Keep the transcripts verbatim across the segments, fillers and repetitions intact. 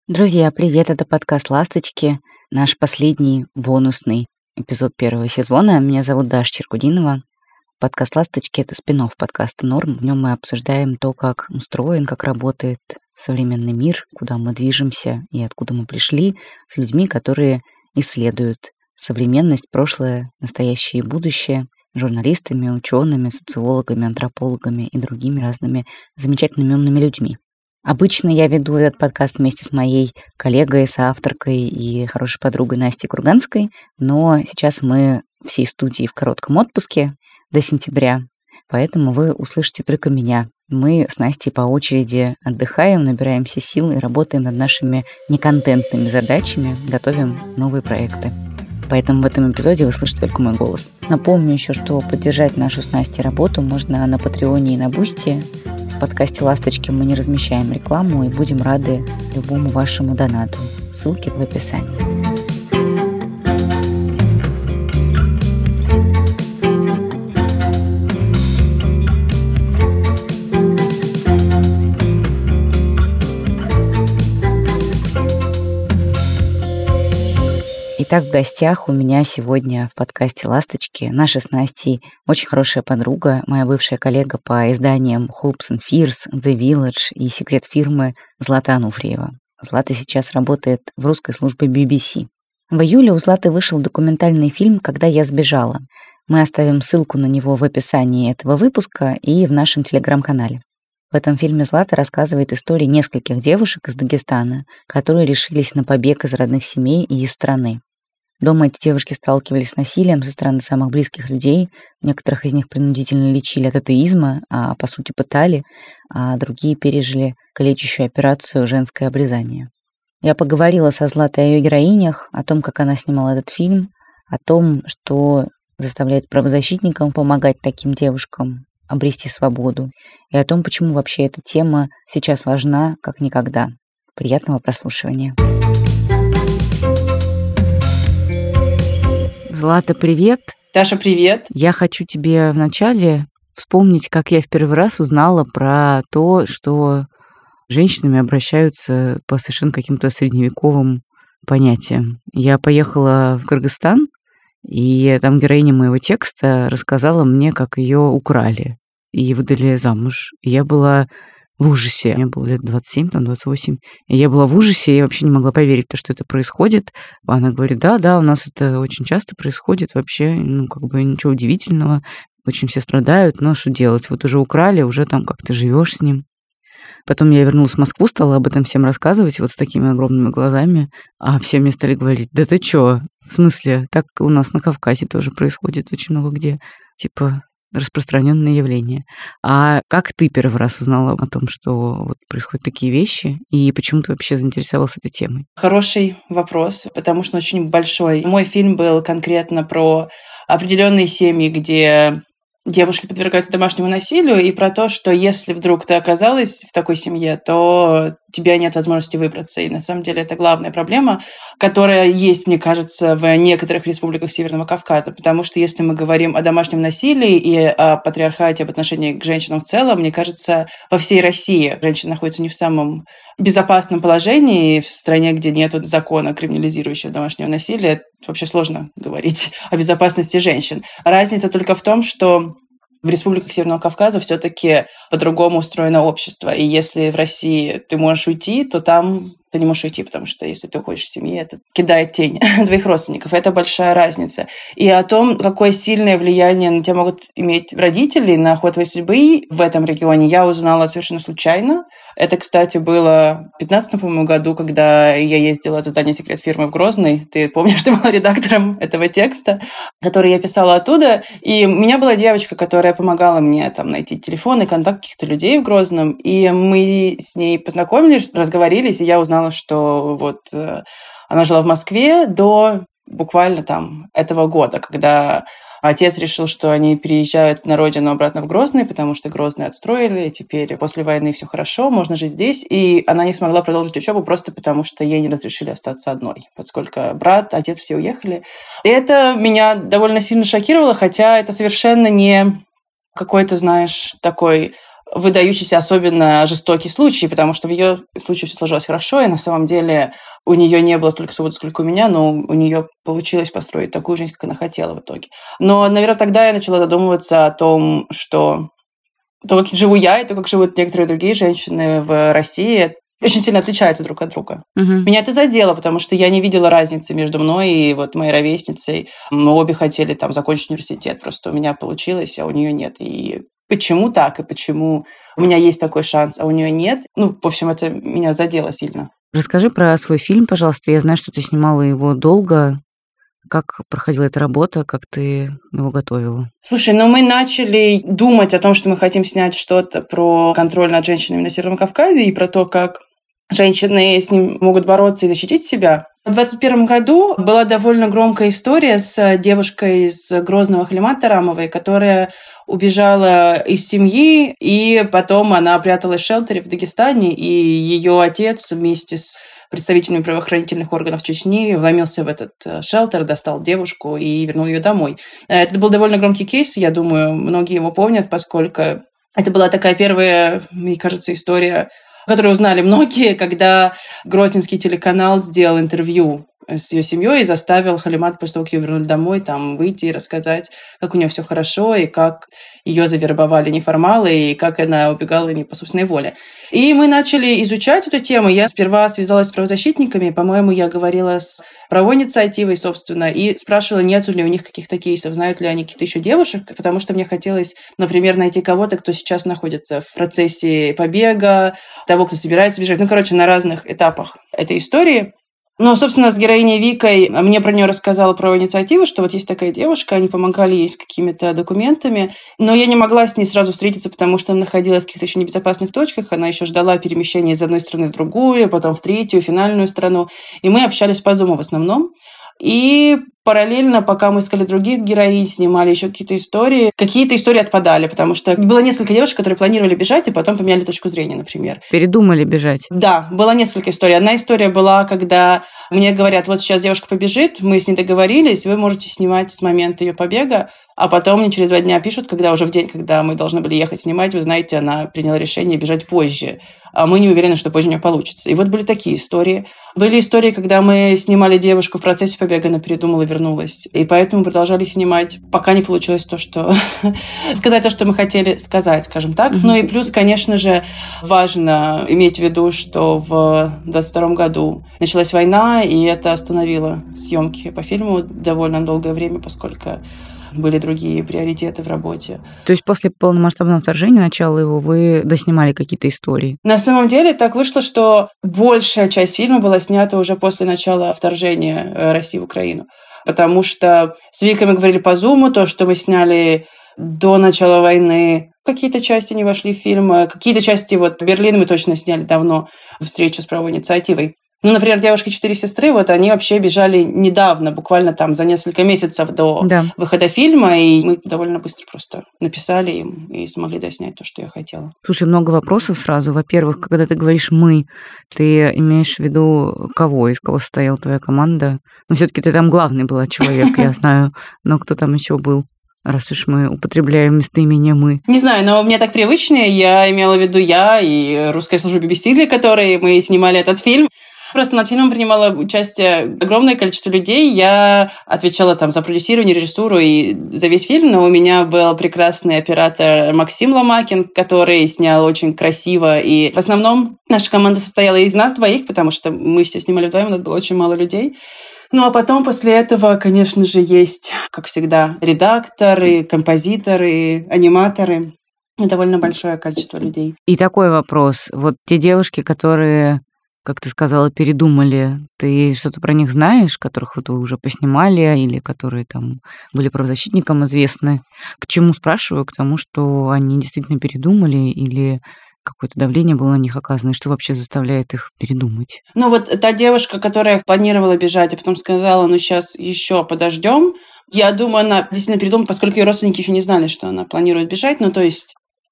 Друзья, привет! Это подкаст «Ласточки», наш последний бонусный эпизод первого сезона. Меня зовут Даша Черкудинова. Подкаст «Ласточки» — это спин-офф подкаста «Норм». В нем мы обсуждаем то, как устроен, как работает современный мир, куда мы движемся и откуда мы пришли, с людьми, которые исследуют современность, прошлое, настоящее и будущее, журналистами, учеными, социологами, антропологами и другими разными замечательными умными людьми. Обычно я веду этот подкаст вместе с моей коллегой, соавторкой и хорошей подругой Настей Курганской, но сейчас мы всей студией в коротком отпуске до сентября, поэтому вы услышите только меня. Мы с Настей по очереди отдыхаем, набираемся сил и работаем над нашими неконтентными задачами, готовим новые проекты. Поэтому в этом эпизоде вы слышите только мой голос. Напомню еще, что поддержать нашу с Настей работу можно на Патреоне и на Бусти. В подкасте «Ласточки» мы не размещаем рекламу и будем рады любому вашему донату. Ссылки в описании. Итак, в гостях у меня сегодня в подкасте «Ласточки» наша с Настей очень хорошая подруга, моя бывшая коллега по изданиям Hopes and Fears, The Village и «Секрет фирмы» Злата Ануфриева. Злата сейчас работает в русской службе би би си. В июле у Златы вышел документальный фильм «Когда я сбежала». Мы оставим ссылку на него в описании этого выпуска и в нашем телеграм-канале. В этом фильме Злата рассказывает истории нескольких девушек из Дагестана, которые решились на побег из родных семей и из страны. Дома эти девушки сталкивались с насилием со стороны самых близких людей. Некоторых из них принудительно лечили от атеизма, а по сути пытали, а другие пережили калечащую операцию «Женское обрезание». Я поговорила со Златой о ее героинях, о том, как она снимала этот фильм, о том, что заставляет правозащитникам помогать таким девушкам обрести свободу, и о том, почему вообще эта тема сейчас важна, как никогда. Приятного прослушивания. Злата, привет. Даша, привет. Я хочу тебе вначале вспомнить, как я в первый раз узнала про то, что женщинами обращаются по совершенно каким-то средневековым понятиям. Я поехала в Кыргызстан, и там героиня моего текста рассказала мне, как ее украли и выдали замуж. И я была в ужасе. Мне было лет двадцать семь, там двадцать восемь. И я была в ужасе, и вообще не могла поверить, то, что это происходит. Она говорит, да, да, у нас это очень часто происходит, вообще, ну, как бы ничего удивительного. Очень все страдают, но что делать? Вот уже украли, уже там как-то живешь с ним. Потом я вернулась в Москву, стала об этом всем рассказывать вот с такими огромными глазами, а все мне стали говорить, да ты чё? В смысле? Так у нас на Кавказе тоже происходит очень много где. Типа распространенное явление. А как ты первый раз узнала о том, что вот происходят такие вещи, и почему ты вообще заинтересовалась этой темой? Хороший вопрос, потому что он очень большой. Мой фильм был конкретно про определенные семьи, где девушки подвергаются домашнему насилию, и про то, что если вдруг ты оказалась в такой семье, то у тебя нет возможности выбраться. И на самом деле это главная проблема, которая есть, мне кажется, в некоторых республиках Северного Кавказа. Потому что если мы говорим о домашнем насилии и о патриархате, об отношении к женщинам в целом, мне кажется, во всей России женщины находятся не в самом безопасном положении. В стране, где нет закона, криминализирующего домашнего насилия, вообще сложно говорить о безопасности женщин. Разница только в том, что в республиках Северного Кавказа все-таки по-другому устроено общество. И если в России ты можешь уйти, то там ты не можешь уйти, потому что если ты уходишь из семьи, это кидает тень твоих родственников. Это большая разница. И о том, какое сильное влияние на тебя могут иметь родители на ход твоей судьбы в этом регионе, я узнала совершенно случайно. Это, кстати, было в пятнадцатом, по-моему, году, когда я ездила от издания «Секрет фирмы» в Грозный. Ты помнишь, ты была редактором этого текста, который я писала оттуда. И у меня была девочка, которая помогала мне там найти телефон и контакт каких-то людей в Грозном. И мы с ней познакомились, разговорились, и я узнала, что вот она жила в Москве до буквально там этого года, когда отец решил, что они переезжают на родину обратно в Грозный, потому что Грозный отстроили, и теперь после войны все хорошо, можно жить здесь. И она не смогла продолжить учебу просто потому, что ей не разрешили остаться одной, поскольку брат, отец все уехали. И это меня довольно сильно шокировало, хотя это совершенно не какой-то, знаешь, такой выдающийся особенно жестокий случай, потому что в ее случае все сложилось хорошо, и на самом деле у нее не было столько свободы, сколько у меня, но у нее получилось построить такую жизнь, как она хотела в итоге. Но, наверное, тогда я начала задумываться о том, что то, как живу я, и то, как живут некоторые другие женщины в России, очень сильно отличаются друг от друга. Угу. Меня это задело, потому что я не видела разницы между мной и вот моей ровесницей. Мы обе хотели там закончить университет, просто у меня получилось, а у нее нет. И почему так, и почему у меня есть такой шанс, а у нее нет? Ну, в общем, это меня задело сильно. Расскажи про свой фильм, пожалуйста. Я знаю, что ты снимала его долго. Как проходила эта работа, как ты его готовила? Слушай, ну мы начали думать о том, что мы хотим снять что-то про контроль над женщинами на Северном Кавказе и про то, как женщины с ним могут бороться и защитить себя. В двадцать первом году была довольно громкая история с девушкой из Грозного Халимат Тарамовой, которая убежала из семьи, и потом она пряталась в шелтере в Дагестане, и ее отец вместе с представителями правоохранительных органов Чечни вломился в этот шелтер, достал девушку и вернул ее домой. Это был довольно громкий кейс, я думаю, многие его помнят, поскольку это была такая первая, мне кажется, история, которую узнали многие, когда Грозненский телеканал сделал интервью с ее семьей и заставил Халимат, после того, как ее вернули домой, там выйти и рассказать, как у нее все хорошо, и как ее завербовали неформалы, и как она убегала не по собственной воле. И мы начали изучать эту тему. Я сперва связалась с правозащитниками, по-моему, я говорила с правовой инициативой, собственно, и спрашивала, нет ли у них каких-то кейсов, знают ли они каких-то еще девушек, потому что мне хотелось, например, найти кого-то, кто сейчас находится в процессе побега, того, кто собирается бежать, ну, короче, на разных этапах этой истории. Но, собственно, с героиней Викой мне про нее рассказала про инициативу, что вот есть такая девушка, они помогали ей с какими-то документами, но я не могла с ней сразу встретиться, потому что она находилась в каких-то еще небезопасных точках, она еще ждала перемещения из одной страны в другую, потом в третью, финальную страну, и мы общались по Зуму в основном. И параллельно, пока мы искали других героинь, снимали еще какие-то истории, какие-то истории отпадали, потому что было несколько девушек, которые планировали бежать и потом поменяли точку зрения, например. Передумали бежать? Да, было несколько историй. Одна история была, когда мне говорят, вот сейчас девушка побежит, мы с ней договорились, вы можете снимать с момента ее побега, а потом мне через два дня пишут, когда уже в день, когда мы должны были ехать снимать, вы знаете, она приняла решение бежать позже, а мы не уверены, что позже у нее получится. И вот были такие истории. Были истории, когда мы снимали девушку в процессе побега, она передумала и вернулась. И поэтому продолжали снимать, пока не получилось то, что... сказать то, что мы хотели сказать, скажем так. Ну и плюс, конечно же, важно иметь в виду, что в двадцать втором году началась война, и это остановило съемки по фильму довольно долгое время, поскольку были другие приоритеты в работе. То есть после полномасштабного вторжения, начала его, вы доснимали какие-то истории? На самом деле так вышло, что большая часть фильма была снята уже после начала вторжения России в Украину. Потому что с Викой мы говорили по Зуму, то, что мы сняли до начала войны, какие-то части не вошли в фильм, какие-то части, вот Берлин мы точно сняли давно, встречу с правовой инициативой. Ну, например, девушки «Четыре сестры», вот они вообще бежали недавно, буквально там за несколько месяцев до да. выхода фильма, и мы довольно быстро просто написали им и смогли доснять то, что я хотела. Слушай, много вопросов сразу. Во-первых, когда ты говоришь «мы», ты имеешь в виду кого? Из кого состояла твоя команда? Ну, все-таки ты там главный была человек, я знаю, но кто там еще был? Раз уж мы употребляем местоимение «мы». Не знаю, но мне так привычнее. Я имела в виду я и русская служба би би си, для которой мы снимали этот фильм. Просто над фильмом принимало участие огромное количество людей. Я отвечала там за продюсирование, режиссуру и за весь фильм, но у меня был прекрасный оператор Максим Ломакин, который снял очень красиво. И в основном наша команда состояла из нас двоих, потому что мы все снимали вдвоем, у нас было очень мало людей. Ну, а потом после этого, конечно же, есть, как всегда, редакторы, композиторы, аниматоры. Довольно большое количество людей. И такой вопрос. Вот те девушки, которые, как ты сказала, передумали, ты что-то про них знаешь, которых вот вы уже поснимали или которые там были правозащитникам известны? К чему спрашиваю? К тому, что они действительно передумали или какое-то давление было на них оказано, и что вообще заставляет их передумать? Ну вот та девушка, которая планировала бежать, а потом сказала, ну сейчас еще подождем. Я думаю, она действительно передумала, поскольку ее родственники еще не знали, что она планирует бежать. Ну то есть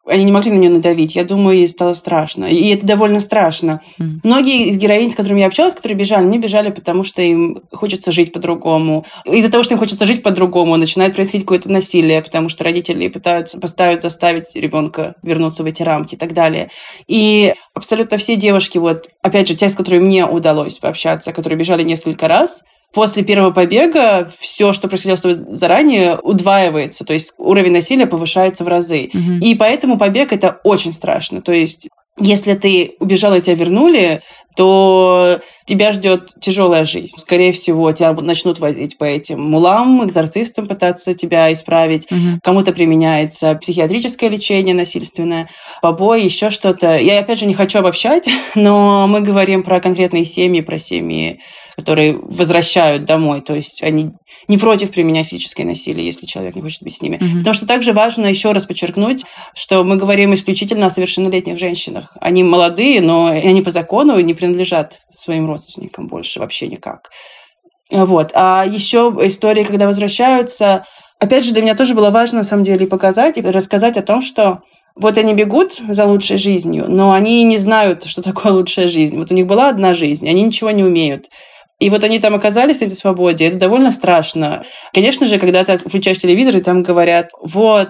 они не могли на нее надавить. Я думаю, ей стало страшно. И это довольно страшно. Mm. Многие из героинь, с которыми я общалась, которые бежали, они бежали, потому что им хочется жить по-другому. Из-за того, что им хочется жить по-другому, начинает происходить какое-то насилие, потому что родители пытаются поставить, заставить ребенка вернуться в эти рамки и так далее. И абсолютно все девушки, вот, опять же, те, с которыми мне удалось пообщаться, которые бежали несколько раз, после первого побега все, что происходило с тобой заранее, удваивается, то есть уровень насилия повышается в разы. Mm-hmm. И поэтому побег – это очень страшно. То есть если ты убежала и тебя вернули, то тебя ждет тяжелая жизнь. Скорее всего, тебя начнут возить по этим мулам, экзорцистам пытаться тебя исправить. Угу. Кому-то применяется психиатрическое лечение насильственное, побои, еще что-то. Я, опять же, не хочу обобщать, но мы говорим про конкретные семьи, про семьи, которые возвращают домой. То есть они не против применять физическое насилие, если человек не хочет быть с ними. Mm-hmm. Потому что также важно еще раз подчеркнуть, что мы говорим исключительно о совершеннолетних женщинах. Они молодые, но они по закону не принадлежат своим родственникам больше вообще никак. Вот. А еще истории, когда возвращаются... Опять же, для меня тоже было важно, на самом деле, показать и рассказать о том, что вот они бегут за лучшей жизнью, но они не знают, что такое лучшая жизнь. Вот у них была одна жизнь, они ничего не умеют. И вот они там оказались на этой свободе, это довольно страшно. Конечно же, когда ты включаешь телевизор, и там говорят, вот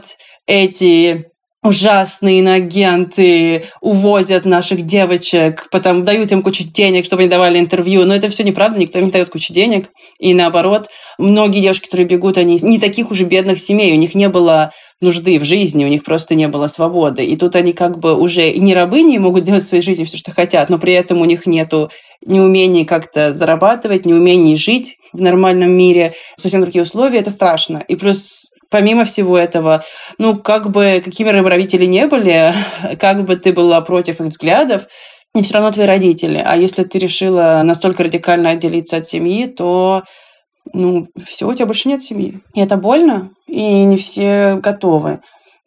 эти ужасные иноагенты увозят наших девочек, потом дают им кучу денег, чтобы они давали интервью. Но это все неправда, никто им не дает кучу денег. И наоборот, многие девушки, которые бегут, они не таких уже бедных семей, у них не было нужды в жизни, у них просто не было свободы. И тут они как бы уже и не рабыни, могут делать в своей жизни все, что хотят, но при этом у них нету ни умений как-то зарабатывать, ни умений жить в нормальном мире, совсем другие условия, это страшно. И плюс, помимо всего этого, ну, как бы, какими родители не были, как бы ты была против их взглядов, не все равно твои родители. А если ты решила настолько радикально отделиться от семьи, то ну, все, у тебя больше нет семьи. И это больно, и не все готовы.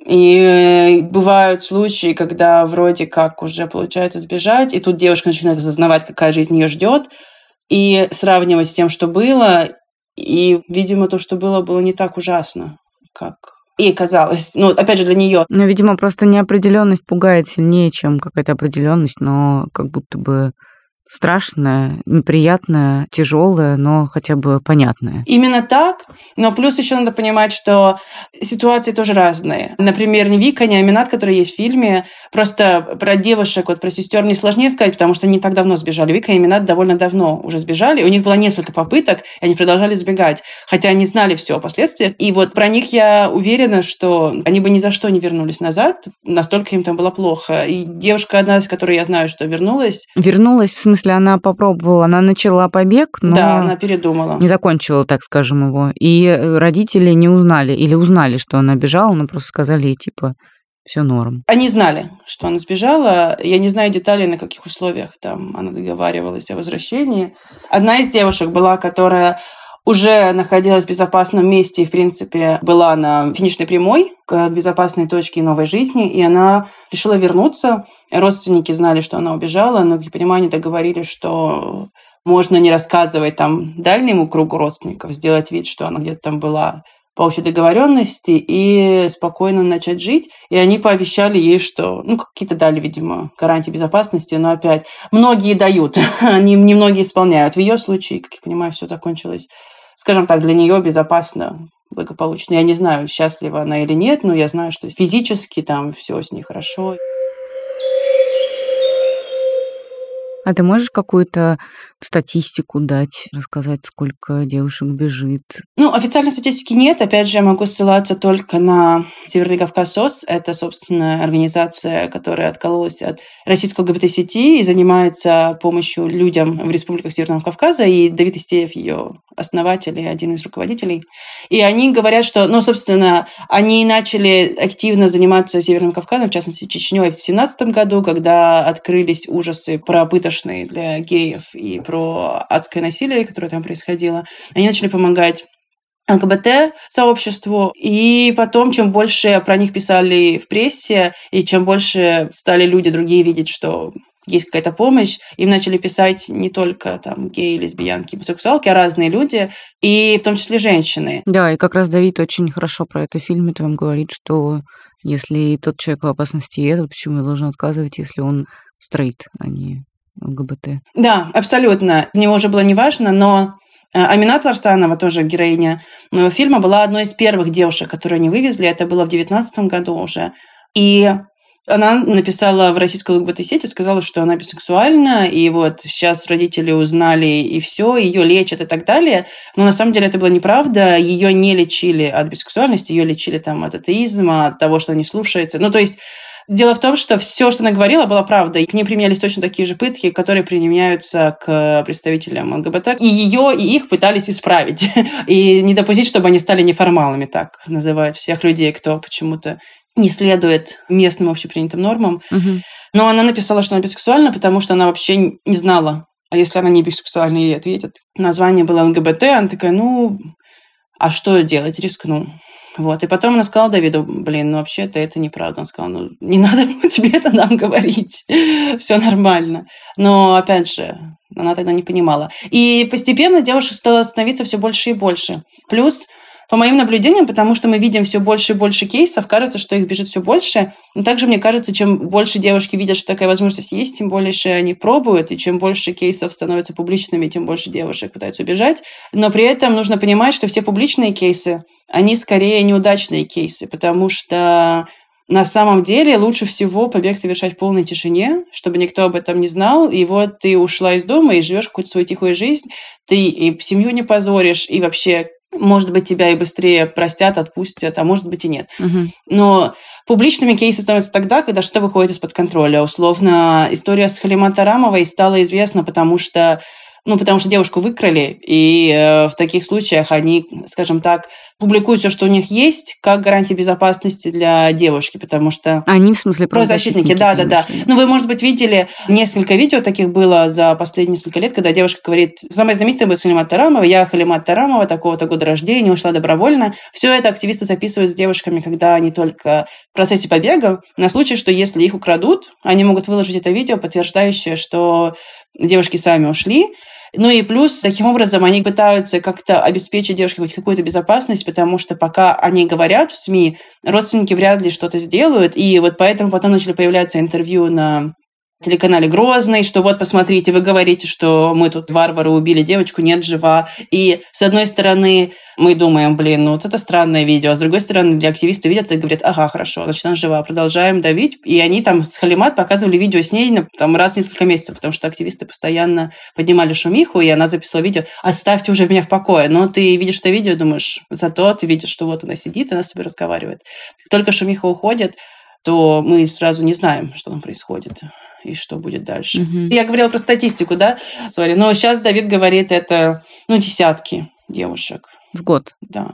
И бывают случаи, когда вроде как уже получается сбежать, и тут девушка начинает осознавать, какая жизнь ее ждет, и сравнивать с тем, что было. И, видимо, то, что было, было не так ужасно, как ей казалось. Ну, опять же, для нее. Ну, видимо, просто неопределенность пугает сильнее, чем какая-то определенность, но как будто бы страшная, неприятная, тяжелая, но хотя бы понятная. Именно так, но плюс еще надо понимать, что ситуации тоже разные. Например, не Вика, не Аминат, которые есть в фильме, просто про девушек, вот про сестер мне сложнее сказать, потому что они не так давно сбежали. Вика и Аминат довольно давно уже сбежали, у них было несколько попыток, и они продолжали сбегать, хотя они знали все о последствиях. И вот про них я уверена, что они бы ни за что не вернулись назад, настолько им там было плохо. И девушка одна, с которой я знаю, что вернулась... Вернулась, в смысле, она попробовала, она начала побег, но да, она передумала. Не закончила, так скажем, его. И родители не узнали, или узнали, что она бежала, но просто сказали ей, типа, все норм. Они знали, что она сбежала. Я не знаю деталей, на каких условиях там она договаривалась о возвращении. Одна из девушек была, которая уже находилась в безопасном месте и, в принципе, была на финишной прямой к безопасной точке новой жизни, и она решила вернуться. Родственники знали, что она убежала, но, как понимаю, договорились, что можно не рассказывать там дальнему кругу родственников, сделать вид, что она где-то там была по общей договоренности и спокойно начать жить. И они пообещали ей, что, ну, какие-то дали, видимо, гарантии безопасности, но опять многие дают, они немногие исполняют. В ее случае, как я понимаю, все закончилось, скажем так, для нее безопасно, благополучно. Я не знаю, счастлива она или нет, но я знаю, что физически там все с ней хорошо. А ты можешь какую-то статистику дать, рассказать, сколько девушек бежит? Ну, официальной статистики нет. Опять же, я могу ссылаться только на Северный Кавказ СОС. Это, собственно, организация, которая откололась от российской ЛГБТ-сети и занимается помощью людям в республиках Северного Кавказа. И Давид Истеев, ее основатель и один из руководителей. И они говорят, что, ну, собственно, они начали активно заниматься Северным Кавказом, в частности, Чечней в две тысячи семнадцатом году, когда открылись ужасы про пытошные для геев и про адское насилие, которое там происходило. Они начали помогать ЛГБТ-сообществу, и потом, чем больше про них писали в прессе, и чем больше стали люди другие видеть, что есть какая-то помощь, им начали писать не только там геи, лесбиянки, бисексуалки, а разные люди, и в том числе женщины. Да, и как раз Давид очень хорошо про это в фильме твоем говорит, что Если тот человек в опасности, и этот, почему я должен отказывать, если он стрейт, а не ЛГБТ? Да, абсолютно. Для него уже было неважно, но Аминат Варсанова, тоже героиня моего фильма, была одной из первых девушек, которые они вывезли. Это было в девятнадцатом году уже. И она написала в российской ЛГБТ-сети, сказала, что она бисексуальна, и вот сейчас родители узнали, и все, ее лечат и так далее. Но на самом деле это была неправда. Ее не лечили от бисексуальности, ее лечили там от атеизма, от того, что она не слушается. Ну, то есть дело в том, что все, что она говорила, было правдой. И к ней применялись точно такие же пытки, которые применяются к представителям ЛГБТ. И ее, и их пытались исправить. И не допустить, чтобы они стали неформалами, так называют всех людей, кто почему-то не следует местным общепринятым нормам. Угу. Но она написала, что она бисексуальна, потому что она вообще не знала. А если она не бисексуальна, ей ответят. Название было ЛГБТ. Она такая, ну, а что делать? Рискну. Вот. И потом она сказала Давиду, блин, ну вообще-то это неправда. Он сказал, ну не надо тебе это нам говорить. Все нормально. Но, опять же, она тогда не понимала. И постепенно девушек стало становиться все больше и больше. Плюс, по моим наблюдениям, потому что мы видим все больше и больше кейсов, кажется, что их бежит все больше. Но также, мне кажется, чем больше девушки видят, что такая возможность есть, тем больше они пробуют, и чем больше кейсов становятся публичными, тем больше девушек пытаются убежать. Но при этом нужно понимать, что все публичные кейсы, они скорее неудачные кейсы, потому что на самом деле лучше всего побег совершать в полной тишине, чтобы никто об этом не знал. И вот ты ушла из дома и живешь какую-то свою тихую жизнь, ты и семью не позоришь, и вообще, может быть, тебя и быстрее простят, отпустят, а может быть и нет. Угу. Но публичными кейсы становятся тогда, когда что-то выходит из-под контроля. Условно, история с Халимат Тарамовой стала известна, потому что Ну, потому что девушку выкрали, и э, в таких случаях они, скажем так, публикуют все, что у них есть, как гарантия безопасности для девушки, потому что... Они, в смысле, правозащитники, да-да-да. Ну, вы, может быть, видели, несколько видео таких было за последние несколько лет, когда девушка говорит, самая знаменитая была Халимат Тарамова, я Халимат Тарамова, такого-то года рождения, ушла добровольно. Все это активисты записывают с девушками, когда они только в процессе побега, на случай, что если их украдут, они могут выложить это видео, подтверждающее, что девушки сами ушли. Ну и плюс, таким образом, они пытаются как-то обеспечить девушке хоть какую-то безопасность, потому что пока они говорят в СМИ, родственники вряд ли что-то сделают. И вот поэтому потом начали появляться интервью на телеканале «Грозный», что вот, посмотрите, вы говорите, что мы тут варвары убили девочку, нет, жива. И, с одной стороны, мы думаем, блин, ну вот это странное видео, а с другой стороны, для активистов видят и говорят, ага, хорошо, значит, она жива, продолжаем давить. И они там с Халимат показывали видео с ней там, раз в несколько месяцев, потому что активисты постоянно поднимали шумиху, и она записала видео, отставьте уже меня в покое. Но ты видишь это видео, думаешь, зато ты видишь, что вот она сидит, она с тобой разговаривает. Как только шумиха уходит, то мы сразу не знаем, что там происходит и что будет дальше. Mm-hmm. Я говорила про статистику, да? Sorry. Но сейчас Давид говорит, это ну, десятки девушек. В год? Да.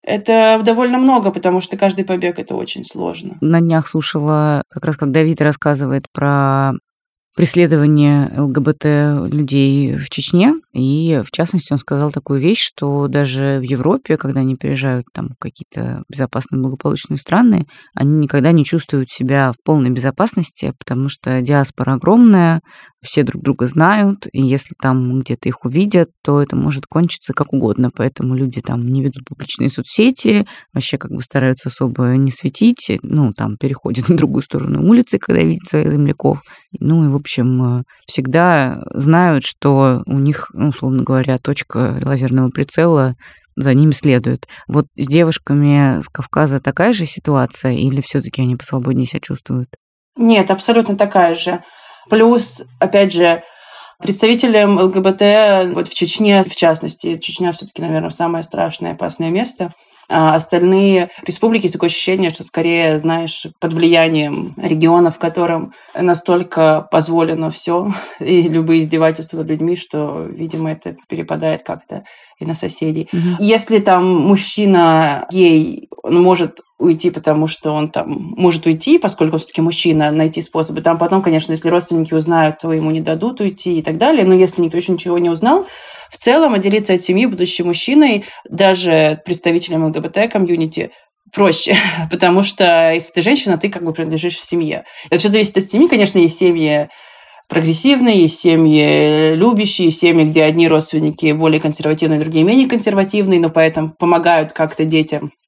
Это довольно много, потому что каждый побег – это очень сложно. На днях слушала, как раз как Давид рассказывает про преследование ЛГБТ людей в Чечне. И, в частности, он сказал такую вещь, что даже в Европе, когда они приезжают там, в какие-то безопасные, благополучные страны, они никогда не чувствуют себя в полной безопасности, потому что диаспора огромная, все друг друга знают, и если там где-то их увидят, то это может кончиться как угодно. Поэтому люди там не ведут публичные соцсети, вообще как бы стараются особо не светить, ну, там переходят на другую сторону улицы, когда видят своих земляков. Ну и, в общем, всегда знают, что у них, ну, условно говоря, точка лазерного прицела за ними следует. Вот с девушками с Кавказа такая же ситуация, или все-таки они посвободнее себя чувствуют? Нет, абсолютно такая же. Плюс, опять же, представителям ЛГБТ, вот в Чечне, в частности, Чечня все-таки, наверное, самое страшное, опасное место, а остальные республики, есть такое ощущение, что скорее, знаешь, под влиянием региона, в котором настолько позволено все и любые издевательства над людьми, что, видимо, это перепадает как-то и на соседей. Mm-hmm. Если там мужчина гей, он может уйти, потому что он там может уйти, поскольку он все-таки мужчина, найти способы. Там потом, конечно, если родственники узнают, то ему не дадут уйти и так далее. Но если никто еще ничего не узнал, в целом отделиться от семьи, будучи мужчиной, даже представителям ЛГБТ-комьюнити, проще, потому что если ты женщина, ты как бы принадлежишь семье. Это все зависит от семьи. Конечно, есть семьи прогрессивные, есть семьи любящие, есть семьи, где одни родственники более консервативные, другие менее консервативные, но поэтому помогают как-то детям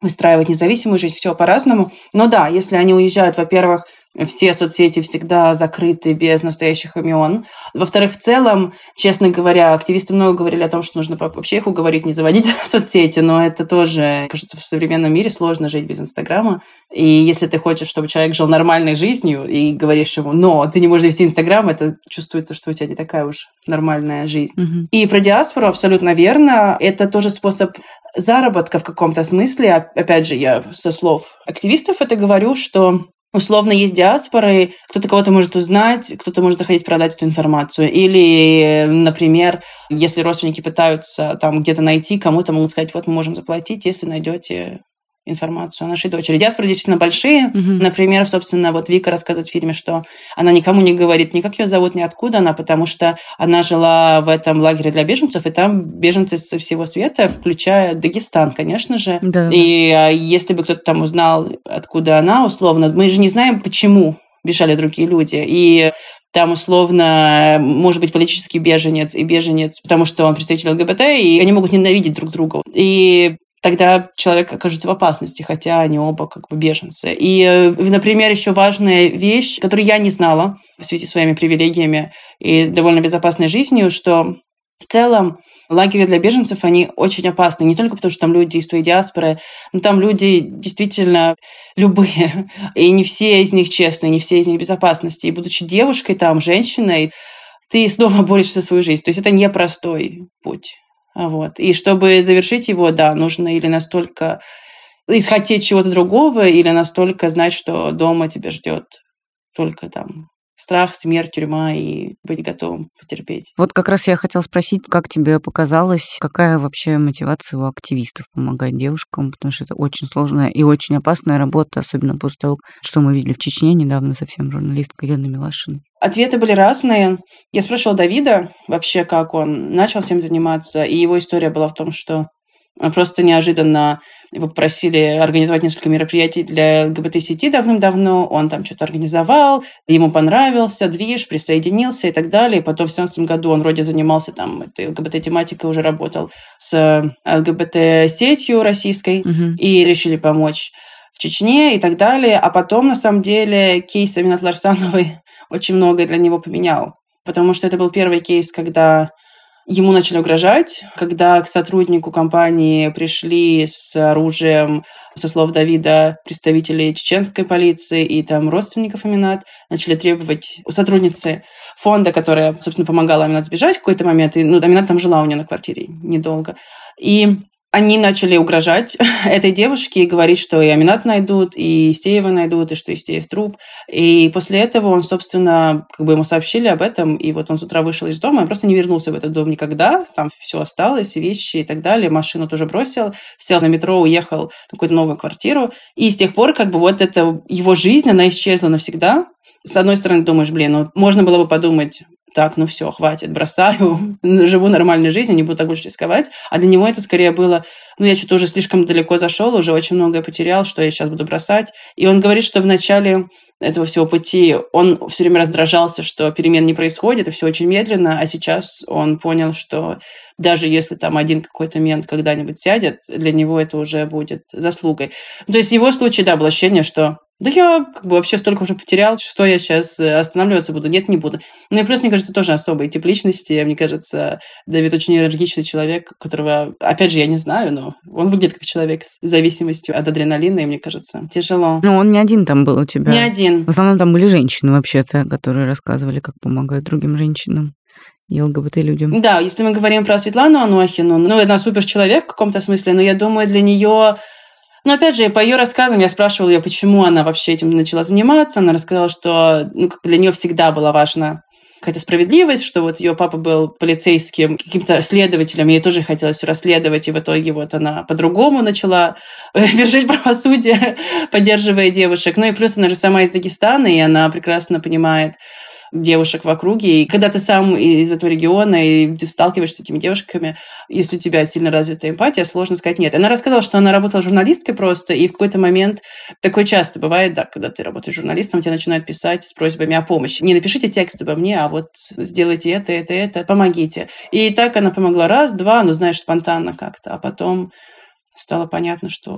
выстраивать независимую жизнь, все по-разному. Но да, если они уезжают, во-первых, все соцсети всегда закрыты без настоящих имен. Во-вторых, в целом, честно говоря, активисты много говорили о том, что нужно вообще их уговорить не заводить соцсети, но это тоже, кажется, в современном мире сложно жить без Инстаграма. И если ты хочешь, чтобы человек жил нормальной жизнью, и говоришь ему, но ты не можешь вести Инстаграм, это чувствуется, что у тебя не такая уж нормальная жизнь. Угу. И про диаспору абсолютно верно. Это тоже способ заработка в каком-то смысле. Опять же, я со слов активистов это говорю, что условно есть диаспоры, кто-то кого-то может узнать, кто-то может заходить продать эту информацию. Или, например, если родственники пытаются там где-то найти, кому-то могут сказать, вот мы можем заплатить, если найдете информацию о нашей дочери. Диаспоры действительно большие. Угу. Например, собственно, вот Вика рассказывает в фильме, что она никому не говорит ни как ее зовут, ни откуда она, потому что она жила в этом лагере для беженцев, и там беженцы со всего света, включая Дагестан, конечно же. Да. И если бы кто-то там узнал, откуда она, условно, мы же не знаем, почему бежали другие люди. И там, условно, может быть политический беженец и беженец, потому что он представитель ЛГБТ, и они могут ненавидеть друг друга. И тогда человек окажется в опасности, хотя они оба как бы беженцы. И, например, еще важная вещь, которую я не знала в связи с своими привилегиями и довольно безопасной жизнью, что в целом лагеря для беженцев, они очень опасны. Не только потому, что там люди из твоей диаспоры, но там люди действительно любые. И не все из них честные, не все из них в безопасности. И будучи девушкой там, женщиной, ты снова борешься за свою жизнь. То есть это непростой путь. Вот. И чтобы завершить его, да, нужно или настолько исхотеть чего-то другого, или настолько знать, что дома тебя ждет только там страх, смерть, тюрьма, и быть готовым потерпеть. Вот как раз я хотела спросить, как тебе показалось, какая вообще мотивация у активистов помогать девушкам, потому что это очень сложная и очень опасная работа, особенно после того, что мы видели в Чечне недавно совсем журналистка Елена Милашина. Ответы были разные. Я спрашивала Давида вообще, как он начал всем заниматься, и его история была в том, что просто неожиданно его попросили организовать несколько мероприятий для ЛГБТ-сети давным-давно. Он там что-то организовал, ему понравился движ, присоединился и так далее. И потом в две тысячи семнадцатом году он вроде занимался там этой ЛГБТ-тематикой, уже работал с ЛГБТ-сетью российской, Угу. и решили помочь в Чечне и так далее. А потом, на самом деле, кейс Аминат Ларсановой очень многое для него поменял. Потому что это был первый кейс, когда ему начали угрожать, когда к сотруднику компании пришли с оружием, со слов Давида, представители чеченской полиции и там родственников Аминат, начали требовать у сотрудницы фонда, которая, собственно, помогала Аминат сбежать в какой-то момент, и, ну, Аминат там жила у нее на квартире недолго, и они начали угрожать этой девушке и говорить, что и Аминат найдут, и Истеева найдут, и что Истеев труп. И после этого он, собственно, как бы ему сообщили об этом, и вот он с утра вышел из дома, и просто не вернулся в этот дом никогда. Там все осталось, вещи и так далее. Машину тоже бросил, сел на метро, уехал в какую-то новую квартиру. И с тех пор как бы вот эта его жизнь, она исчезла навсегда. С одной стороны, думаешь, блин, ну можно было бы подумать, так, ну все, хватит, бросаю, живу нормальной жизнью, не буду так больше рисковать. А для него это скорее было, ну я что-то уже слишком далеко зашел, уже очень многое потерял, что я сейчас буду бросать. И он говорит, что в начале этого всего пути он все время раздражался, что перемен не происходит, и все очень медленно, а сейчас он понял, что даже если там один какой-то мент когда-нибудь сядет, для него это уже будет заслугой. То есть в его случае, да, было ощущение, что да я как бы вообще столько уже потерял, что я сейчас останавливаться буду? Нет, не буду. Ну и плюс, мне кажется, тоже особый тип личности. Мне кажется, Давид очень энергичный человек, которого, опять же, я не знаю, но он выглядит как человек с зависимостью от адреналина, и мне кажется, тяжело. Ну, он не один там был у тебя. Не один. В основном там были женщины вообще-то, которые рассказывали, как помогают другим женщинам и ЛГБТ-людям. Да, если мы говорим про Светлану Анохину, ну, она суперчеловек в каком-то смысле, но я думаю, для нее... Но опять же, по ее рассказам я спрашивала ее, почему она вообще этим начала заниматься. Она рассказала, что ну, как бы для нее всегда была важна какая-то справедливость, что вот ее папа был полицейским, каким-то следователем, ей тоже хотелось все расследовать, и в итоге вот она по-другому начала вершить правосудие, поддерживая девушек. Ну и плюс она же сама из Дагестана, и она прекрасно понимает девушек в округе. И когда ты сам из этого региона, и ты сталкиваешься с этими девушками, если у тебя сильно развитая эмпатия, сложно сказать нет. Она рассказала, что она работала журналисткой просто, и в какой-то момент, такое часто бывает, да, когда ты работаешь журналистом, тебе начинают писать с просьбами о помощи. Не напишите текст обо мне, а вот сделайте это, это, это, помогите. И так она помогла раз, два, ну, знаешь, спонтанно как-то, а потом стало понятно, что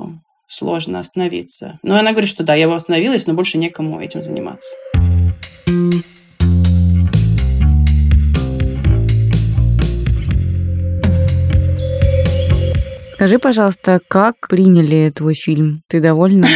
сложно остановиться. Но она говорит, что да, я бы остановилась, но больше некому этим заниматься. Скажи, пожалуйста, как приняли твой фильм? Ты довольна?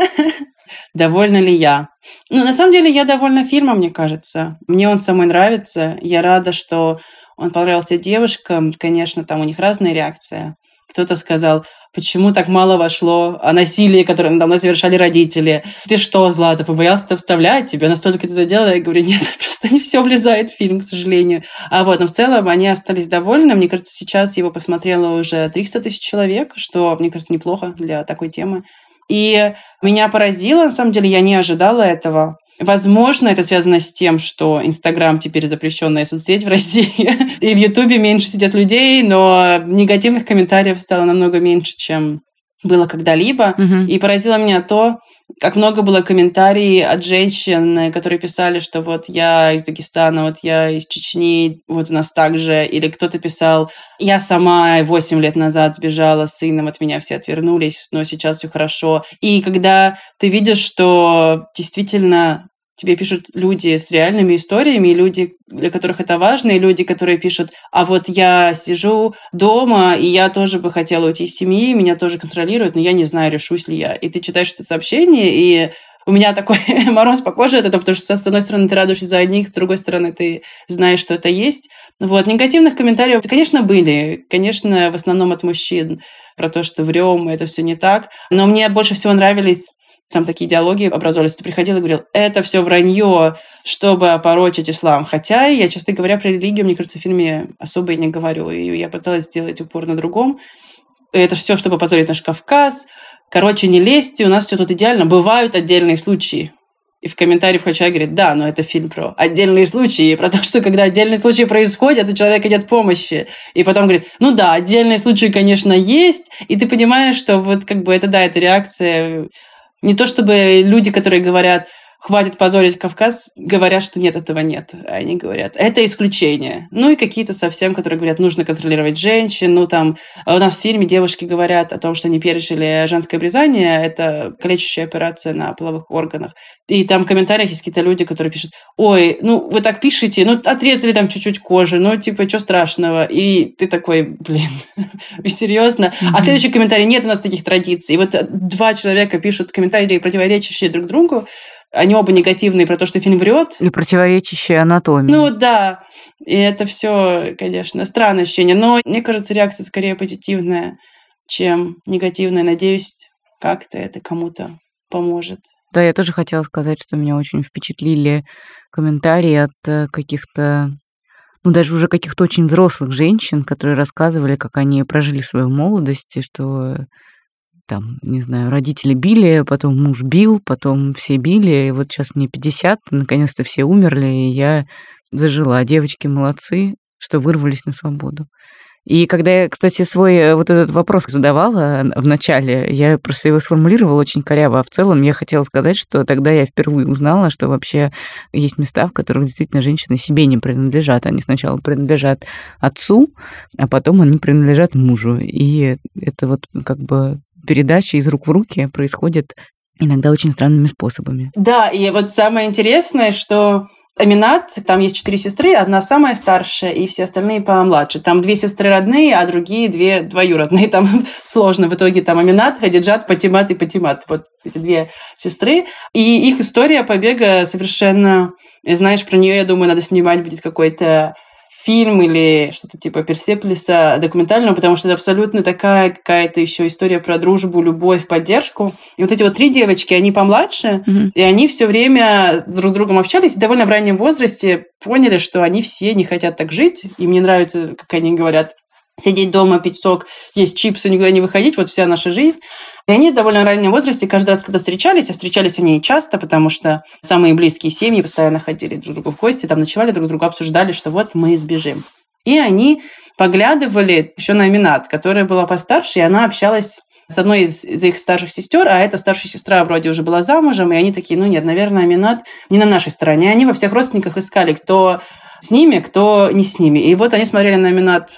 Довольна ли я? Ну, на самом деле, я довольна фильмом, мне кажется. Мне он самой нравится. Я рада, что он понравился девушкам. Конечно, там у них разная реакция. Кто-то сказал, почему так мало вошло о насилии, которое надо мной совершали родители. Ты что, Злата, побоялся это вставлять? Тебя настолько это задело? Я говорю, нет, просто не все влезает в фильм, к сожалению. А вот, но в целом они остались довольны. Мне кажется, сейчас его посмотрело уже триста тысяч человек, что, мне кажется, неплохо для такой темы. И меня поразило, на самом деле, я не ожидала этого. Возможно, это связано с тем, что Инстаграм теперь запрещенная соцсеть в России, и в Ютубе меньше сидят людей, но негативных комментариев стало намного меньше, чем было когда-либо. Угу. И поразило меня то, как много было комментариев от женщин, которые писали, что вот я из Дагестана, вот я из Чечни, вот у нас так же. Или кто-то писал, я сама восемь лет назад сбежала с сыном, от меня все отвернулись, но сейчас все хорошо. И когда ты видишь, что действительно тебе пишут люди с реальными историями, и люди, для которых это важно, и люди, которые пишут, а вот я сижу дома, и я тоже бы хотела уйти из семьи, меня тоже контролируют, но я не знаю, решусь ли я. И ты читаешь это сообщение, и у меня такой мороз по коже от этого, потому что, с одной стороны, ты радуешься за одних, с другой стороны, ты знаешь, что это есть. Вот. Негативных комментариев, конечно, были. Конечно, в основном от мужчин про то, что врем, это все не так. Но мне больше всего нравились там такие диалоги образовались. Ты приходил и говорил, это все вранье, чтобы опорочить ислам. Хотя я, честно говоря, про религию, мне кажется, в фильме особо и не говорю. И я пыталась сделать упор на другом. Это все, чтобы позорить наш Кавказ. Короче, не лезьте, у нас все тут идеально. Бывают отдельные случаи. И в комментариях человек говорит, да, но это фильм про отдельные случаи, про то, что когда отдельные случаи происходят, у человека нет помощи. И потом говорит, ну да, отдельные случаи, конечно, есть. И ты понимаешь, что вот как бы это, да, это реакция. Не то чтобы люди, которые говорят, хватит позорить Кавказ, говорят, что нет, этого нет. Они говорят, это исключение. Ну и какие-то совсем, которые говорят, нужно контролировать женщин. Ну там у нас в фильме девушки говорят о том, что они пережили женское обрезание. Это калечащая операция на половых органах. И там в комментариях есть какие-то люди, которые пишут, ой, ну вы так пишете, ну отрезали там чуть-чуть кожи, ну типа, что страшного? И ты такой, блин, серьезно? Mm-hmm. А следующий комментарий, нет у нас таких традиций. И вот два человека пишут комментарии, противоречащие друг другу. Они оба негативные про то, что фильм врет. Или противоречащие анатомии. Ну да, и это все, конечно, странное ощущение. Но мне кажется, реакция скорее позитивная, чем негативная. Надеюсь, как-то это кому-то поможет. Да, я тоже хотела сказать, что меня очень впечатлили комментарии от каких-то, ну даже уже каких-то очень взрослых женщин, которые рассказывали, как они прожили свою молодость, и что там, не знаю, родители били, потом муж бил, потом все били, и вот сейчас мне пятьдесят, наконец-то все умерли, и я зажила. Девочки молодцы, что вырвались на свободу. И когда я, кстати, свой вот этот вопрос задавала в начале, я просто его сформулировала очень коряво, а в целом я хотела сказать, что тогда я впервые узнала, что вообще есть места, в которых действительно женщины себе не принадлежат. Они сначала принадлежат отцу, а потом они принадлежат мужу. И это вот как бы передача из рук в руки происходит иногда очень странными способами. Да, и вот самое интересное, что Аминат, там есть четыре сестры, одна самая старшая, и все остальные помладше. Там две сестры родные, а другие две двоюродные. Там сложно. В итоге там Аминат, Хадиджат, Патимат и Патимат. Вот эти две сестры. И их история побега совершенно... Знаешь, про нее, я думаю, надо снимать будет какой-то фильм или что-то типа Персеполиса документального, потому что это абсолютно такая какая-то еще история про дружбу, любовь, поддержку. И вот эти вот три девочки, они помладше, mm-hmm. и они все время друг с другом общались, и довольно в раннем возрасте поняли, что они все не хотят так жить. Им не нравится, как они говорят, сидеть дома, пить сок, есть чипсы, никуда не выходить, вот вся наша жизнь. И они в довольно раннем возрасте каждый раз, когда встречались, а встречались они часто, потому что самые близкие семьи постоянно ходили друг к другу в гости, там ночевали друг друга, обсуждали, что вот мы сбежим. И они поглядывали еще на Аминат, которая была постарше, и она общалась с одной из, из их старших сестер, а эта старшая сестра вроде уже была замужем, и они такие, ну нет, наверное, Аминат не на нашей стороне. Они во всех родственниках искали, кто с ними, кто не с ними. И вот они смотрели на Аминат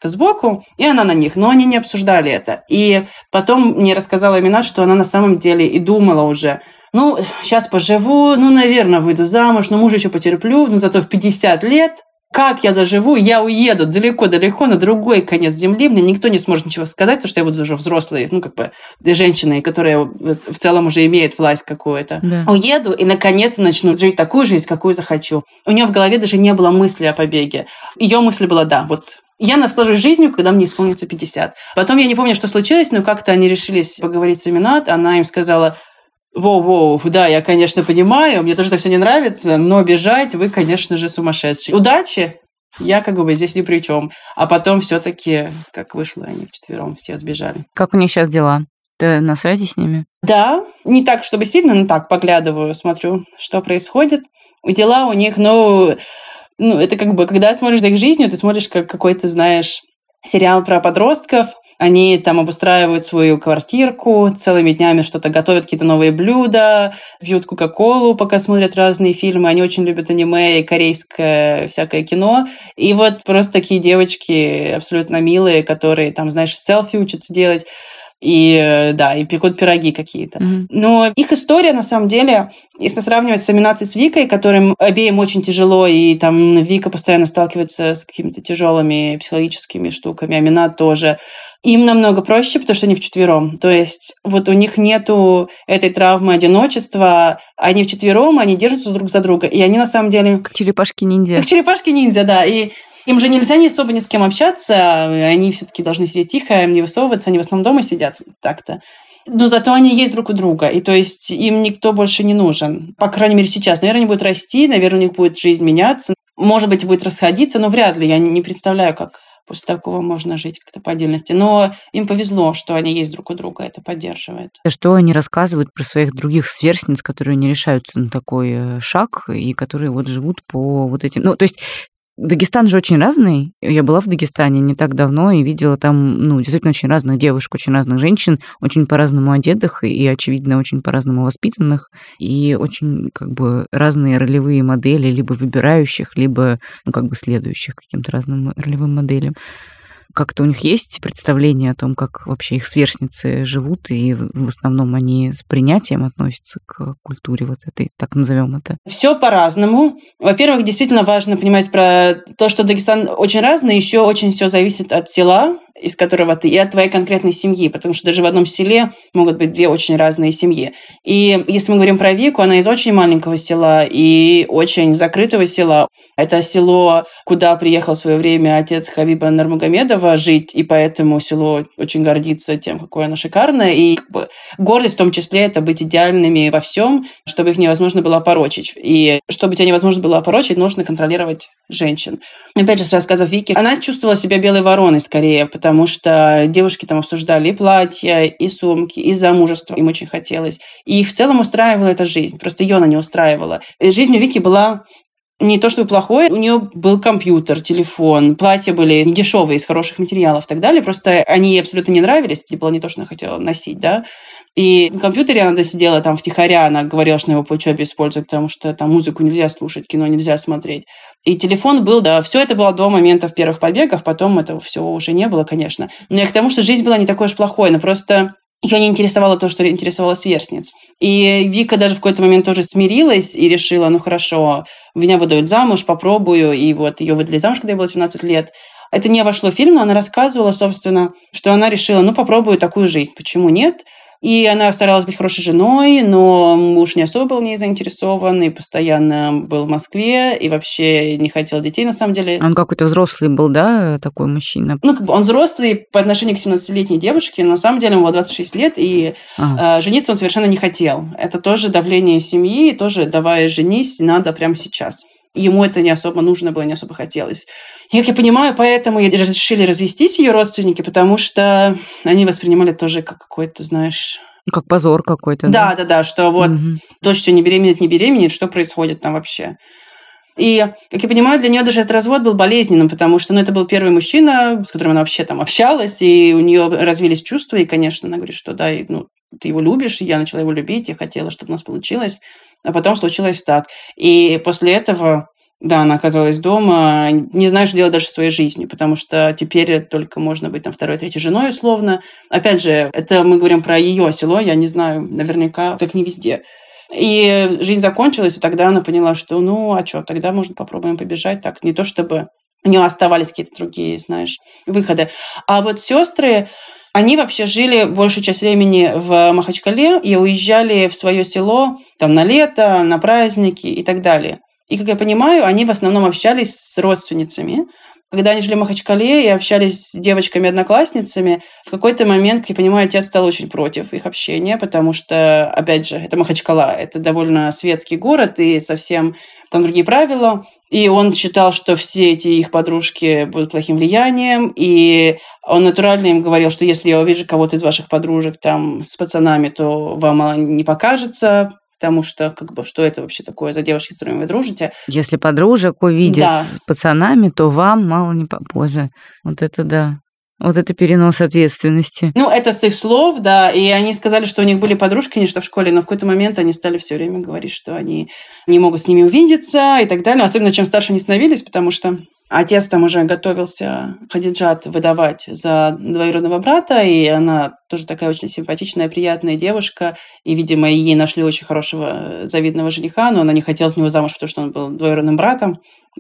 как-то сбоку, и она на них. Но они не обсуждали это. И потом мне рассказала Аминат, что она на самом деле и думала уже, ну, сейчас поживу, ну, наверное, выйду замуж, но мужа еще потерплю, но зато в пятьдесят лет, как я заживу, я уеду далеко-далеко на другой конец земли, мне никто не сможет ничего сказать, потому что я буду уже взрослой, ну, как бы, женщиной, которая в целом уже имеет власть какую-то. Да. Уеду и, наконец-то, начну жить такую жизнь, какую захочу. У нее в голове даже не было мысли о побеге. Ее мысль была, да, вот я наслажусь жизнью, когда мне исполнится пятьдесят. Потом я не помню, что случилось, но как-то они решились поговорить с Аминат, она им сказала... Воу-воу, да, я, конечно, понимаю, мне тоже это все не нравится, но бежать вы, конечно же, сумасшедшие. Удачи! Я как бы здесь ни при чем. А потом все-таки, как вышло, они вчетвером все сбежали. Как у них сейчас дела? Ты на связи с ними? Да, не так, чтобы сильно, но так, поглядываю, смотрю, что происходит. Дела у них, ну, ну, это как бы, когда смотришь за их жизнью, ты смотришь как какой-то, знаешь, сериал про подростков. Они там обустраивают свою квартирку, целыми днями что-то готовят, какие-то новые блюда, пьют кока-колу, пока смотрят разные фильмы. Они очень любят аниме и корейское всякое кино. И вот просто такие девочки абсолютно милые, которые там, знаешь, селфи учатся делать. И, да, и пекут пироги какие-то. Mm-hmm. Но их история, на самом деле, если сравнивать с Аминат и с Викой, которым обеим очень тяжело, и там Вика постоянно сталкивается с какими-то тяжелыми психологическими штуками, Аминат тоже, им намного проще, потому что они вчетвером. То есть вот у них нету этой травмы одиночества, они вчетвером, они держатся друг за друга, и они на самом деле... Как черепашки-ниндзя. Как черепашки-ниндзя, да, и... Им же нельзя не особо ни с кем общаться, они все-таки должны сидеть тихо, им не высовываться, они в основном дома сидят так-то. Но зато они есть друг у друга, и то есть им никто больше не нужен. По крайней мере, сейчас. Наверное, они будут расти, наверное, у них будет жизнь меняться. Может быть, будет расходиться, но вряд ли. Я не представляю, как после такого можно жить как-то по отдельности. Но им повезло, что они есть друг у друга, это поддерживает. Что они рассказывают про своих других сверстниц, которые не решаются на такой шаг, и которые вот живут по вот этим... Ну, то есть... Дагестан же очень разный. Я была в Дагестане не так давно и видела там, ну, действительно очень разных девушек, очень разных женщин, очень по-разному одетых и, очевидно, очень по-разному воспитанных, и очень, как бы, разные ролевые модели, либо выбирающих, либо, ну, как бы, следующих каким-то разным ролевым моделям. Как-то у них есть представление о том, как вообще их сверстницы живут, и в основном они с принятием относятся к культуре вот этой, так назовем это? Все по-разному. Во-первых, действительно важно понимать про то, что Дагестан очень разный, еще очень все зависит от села, из которого ты, и от твоей конкретной семьи, потому что даже в одном селе могут быть две очень разные семьи. И если мы говорим про Вику, она из очень маленького села и очень закрытого села. Это село, куда приехал в свое время отец Хабиба Нурмагомедова жить, и поэтому село очень гордится тем, какое оно шикарное. И как бы гордость в том числе это быть идеальными во всем, чтобы их невозможно было опорочить. И чтобы тебя невозможно было опорочить, нужно контролировать женщин. Опять же, с рассказов Вики, она чувствовала себя белой вороной скорее, потому что девушки там обсуждали и платья, и сумки, и замужество. Им очень хотелось. И их в целом устраивала эта жизнь. Просто ее она не устраивала. И жизнь у Вики была не то чтобы плохое, у нее был компьютер, телефон, платья были недешевые, из хороших материалов и так далее. Просто они ей абсолютно не нравились. Это было не то, что она хотела носить, да. И на компьютере она сидела там втихаря, она говорила, что она его по учебе использует, потому что там музыку нельзя слушать, кино нельзя смотреть. И телефон был, да, все это было до моментов первых побегов, потом этого всего уже не было, конечно. Но и к тому, что жизнь была не такой уж плохой, но просто ее не интересовало то, что интересовало сверстниц. И Вика даже в какой-то момент тоже смирилась и решила, ну хорошо, меня выдают замуж, попробую. И вот ее выдали замуж, когда ей было семнадцать лет. Это не вошло в фильм, но она рассказывала, собственно, что она решила, ну попробую такую жизнь, почему нет? И она старалась быть хорошей женой, но муж не особо был в ней заинтересован, и постоянно был в Москве, и вообще не хотел детей, на самом деле. Он какой-то взрослый был, да, такой мужчина? Ну, как бы он взрослый по отношению к семнадцатилетней девушке, но на самом деле ему было двадцать шесть лет, и ага. э, жениться он совершенно не хотел. Это тоже давление семьи, тоже давай женись, надо прямо сейчас. Ему это не особо нужно было, не особо хотелось. И, как я понимаю, поэтому решили развестись ее родственники, потому что они воспринимали тоже как какой-то, знаешь... Как позор какой-то. Да, да, да, да, что вот угу. дочь все не беременеет, не беременеет, что происходит там вообще. И, как я понимаю, для нее даже этот развод был болезненным, потому что ну, это был первый мужчина, с которым она вообще там общалась, и у нее развились чувства, и, конечно, она говорит, что да, и, ну, ты его любишь, и я начала его любить, я хотела, чтобы у нас получилось. А потом случилось так. И после этого Да, она оказалась дома, не знаю, что делать дальше в своей жизни, потому что теперь только можно быть там второй, третьей женой условно. Опять же, это мы говорим про ее село, я не знаю, наверняка так не везде. И жизнь закончилась, и тогда она поняла, что ну, а что, тогда можно попробуем побежать. Так, не то чтобы у нее оставались какие-то другие, знаешь, выходы. А вот сестры, они вообще жили большую часть времени в Махачкале и уезжали в свое село там на лето, на праздники и так далее. И, как я понимаю, они в основном общались с родственницами. Когда они жили в Махачкале и общались с девочками-одноклассницами, в какой-то момент, как я понимаю, отец стал очень против их общения, потому что, опять же, это Махачкала, это довольно светский город, и совсем там другие правила. И он считал, что все эти их подружки будут плохим влиянием, и он натурально им говорил, что если я увижу кого-то из ваших подружек там с пацанами, то вам мало не покажется, потому что, как бы, что это вообще такое за девушки, с которыми вы дружите. Если подружек увидят да. с пацанами, то вам мало не попозже. Вот это да. Вот это перенос ответственности. Ну, это с их слов, да. И они сказали, что у них были подружки, конечно, в школе, но в какой-то момент они стали все время говорить, что они не могут с ними увидеться и так далее. Особенно, чем старше они становились, потому что отец там уже готовился Хадиджат выдавать за двоюродного брата, и она тоже такая очень симпатичная, приятная девушка, и, видимо, ей нашли очень хорошего, завидного жениха, но она не хотела с него замуж, потому что он был двоюродным братом,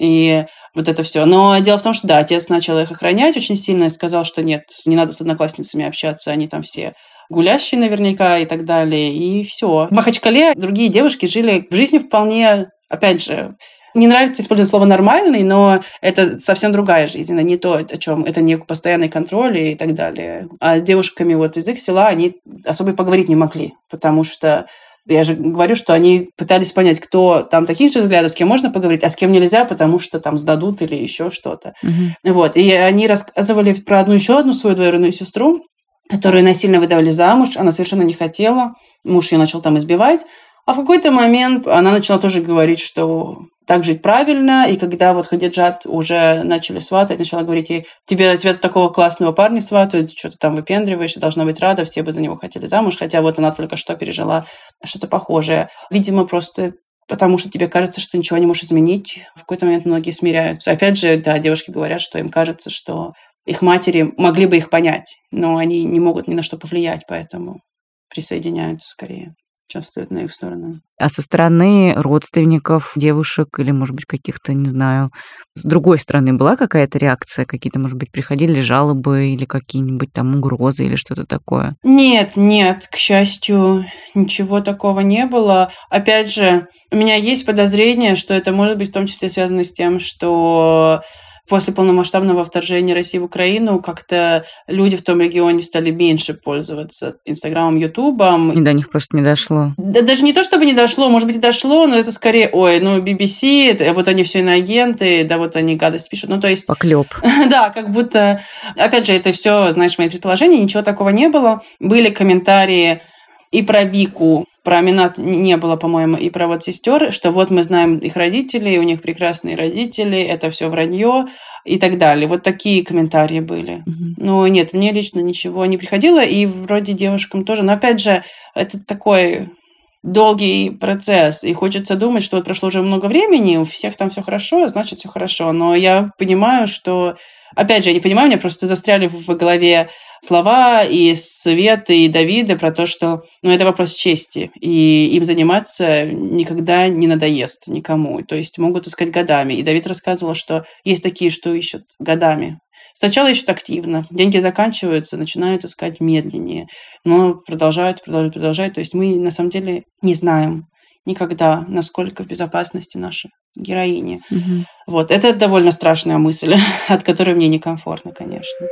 и вот это все. Но дело в том, что, да, отец начал их охранять очень сильно и сказал, что нет, не надо с одноклассницами общаться, они там все гулящие наверняка и так далее, и все. В Махачкале другие девушки жили в жизни вполне, опять же, не нравится использовать слово «нормальный», но это совсем другая жизнь, это не то, о чем, это не постоянный контроль и так далее. А с девушками вот из их села они особо и поговорить не могли, потому что я же говорю, что они пытались понять, кто там таких же взглядов, с кем можно поговорить, а с кем нельзя, потому что там сдадут или еще что-то. Mm-hmm. Вот. И они рассказывали про одну еще одну свою двоюродную сестру, которую насильно выдавали замуж, она совершенно не хотела, муж ее начал там избивать, а в какой-то момент она начала тоже говорить, что так жить правильно, и когда вот Хадиджат уже начали сватать, начала говорить ей, тебе, тебя за такого классного парня сватают, что ты там выпендриваешься, должна быть рада, все бы за него хотели замуж, хотя вот она только что пережила что-то похожее. Видимо, просто потому что тебе кажется, что ничего не можешь изменить, в какой-то момент многие смиряются. Опять же, да, девушки говорят, что им кажется, что их матери могли бы их понять, но они не могут ни на что повлиять, поэтому присоединяются скорее, чем встают на их сторону. А со стороны родственников, девушек или, может быть, каких-то, не знаю, с другой стороны была какая-то реакция? Какие-то, может быть, приходили жалобы или какие-нибудь там угрозы или что-то такое? Нет, нет, к счастью, ничего такого не было. Опять же, у меня есть подозрение, что это может быть в том числе связано с тем, что после полномасштабного вторжения России в Украину как-то люди в том регионе стали меньше пользоваться Инстаграмом, Ютубом. И до них просто не дошло. Да, даже не то, чтобы не дошло, может быть, и дошло, но это скорее, ой, ну, би би си, вот они все иноагенты, да, вот они гадость пишут. Ну, то есть... Поклёп. Да, как будто... Опять же, это все, знаешь, мои предположения, ничего такого не было. Были комментарии и про Вику, про Аминат не было, по-моему, и про вот сестер, что вот мы знаем их родителей, у них прекрасные родители, это все вранье и так далее. Вот такие комментарии были. Mm-hmm. Но нет, мне лично ничего не приходило, и вроде девушкам тоже. Но опять же, это такой долгий процесс, и хочется думать, что вот прошло уже много времени, у всех там все хорошо, значит, все хорошо. Но я понимаю, что... Опять же, я не понимаю, у меня просто застряли в голове слова и Светы, и Давида про то, что ну, это вопрос чести, и им заниматься никогда не надоест никому. То есть могут искать годами. И Давид рассказывал, что есть такие, что ищут годами. Сначала ищут активно, деньги заканчиваются, начинают искать медленнее, но продолжают, продолжают, продолжают. То есть мы на самом деле не знаем никогда, насколько в безопасности наши героини. Угу. Вот, это довольно страшная мысль, от которой мне некомфортно, конечно.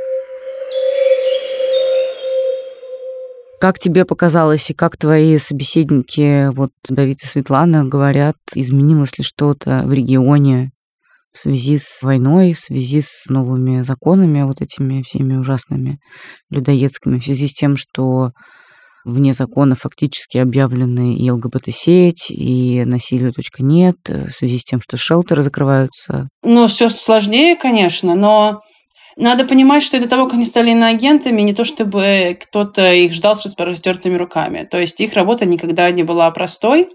Как тебе показалось, и как твои собеседники, вот Давид и Светлана, говорят, изменилось ли что-то в регионе в связи с войной, в связи с новыми законами, вот этими всеми ужасными людоедскими, в связи с тем, что вне закона фактически объявлены и эл гэ бэ тэ-сеть, и насилию точка нет, в связи с тем, что шелтеры закрываются? Ну, все сложнее, конечно, но надо понимать, что до того, как они стали иноагентами, не то чтобы кто-то их ждал с распростертыми руками. То есть их работа никогда не была простой.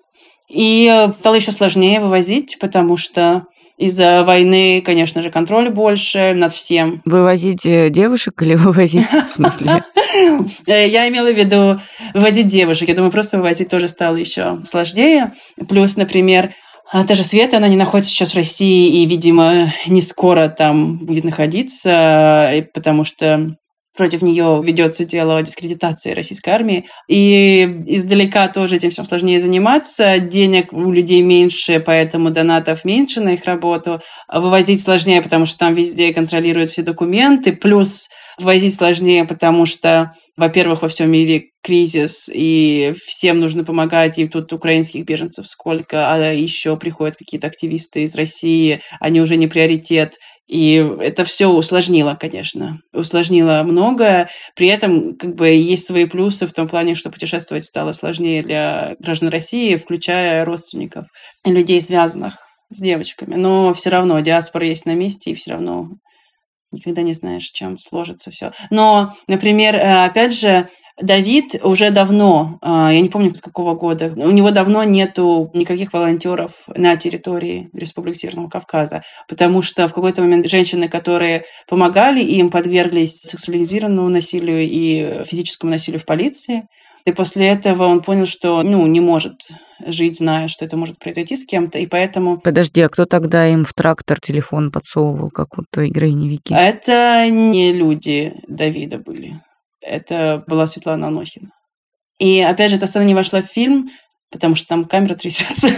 И стало еще сложнее вывозить, потому что из-за войны, конечно же, контроль больше над всем. Вывозить девушек или вывозить, в смысле? Я имела в виду вывозить девушек. Я думаю, просто вывозить тоже стало еще сложнее. Плюс, например, та же Света, она не находится сейчас в России и, видимо, не скоро там будет находиться, потому что против нее ведется дело о дискредитации российской армии. И издалека тоже этим всем сложнее заниматься. Денег у людей меньше, поэтому донатов меньше на их работу. Вывозить сложнее, потому что там везде контролируют все документы. Плюс вывозить сложнее, потому что, во-первых, во всем мире кризис, и всем нужно помогать, и тут украинских беженцев сколько, а еще приходят какие-то активисты из России, они уже не приоритет. И это все усложнило, конечно. Усложнило многое. При этом как бы есть свои плюсы в том плане, что путешествовать стало сложнее для граждан России, включая родственников и людей, связанных с девочками. Но все равно диаспора есть на месте, и все равно никогда не знаешь, чем сложится все. Но, например, опять же, Давид уже давно, я не помню, с какого года, у него давно нету никаких волонтеров на территории Республики Северного Кавказа, потому что в какой-то момент женщины, которые помогали им, подверглись сексуализированному насилию и физическому насилию в полиции. И после этого он понял, что ну, не может жить, зная, что это может произойти с кем-то, и поэтому... Подожди, а кто тогда им в трактор телефон подсовывал, как вот той героине Вики? Это не люди Давида были. Это была Светлана Анохина. И, опять же, эта сцена не вошла в фильм, потому что там камера трясется,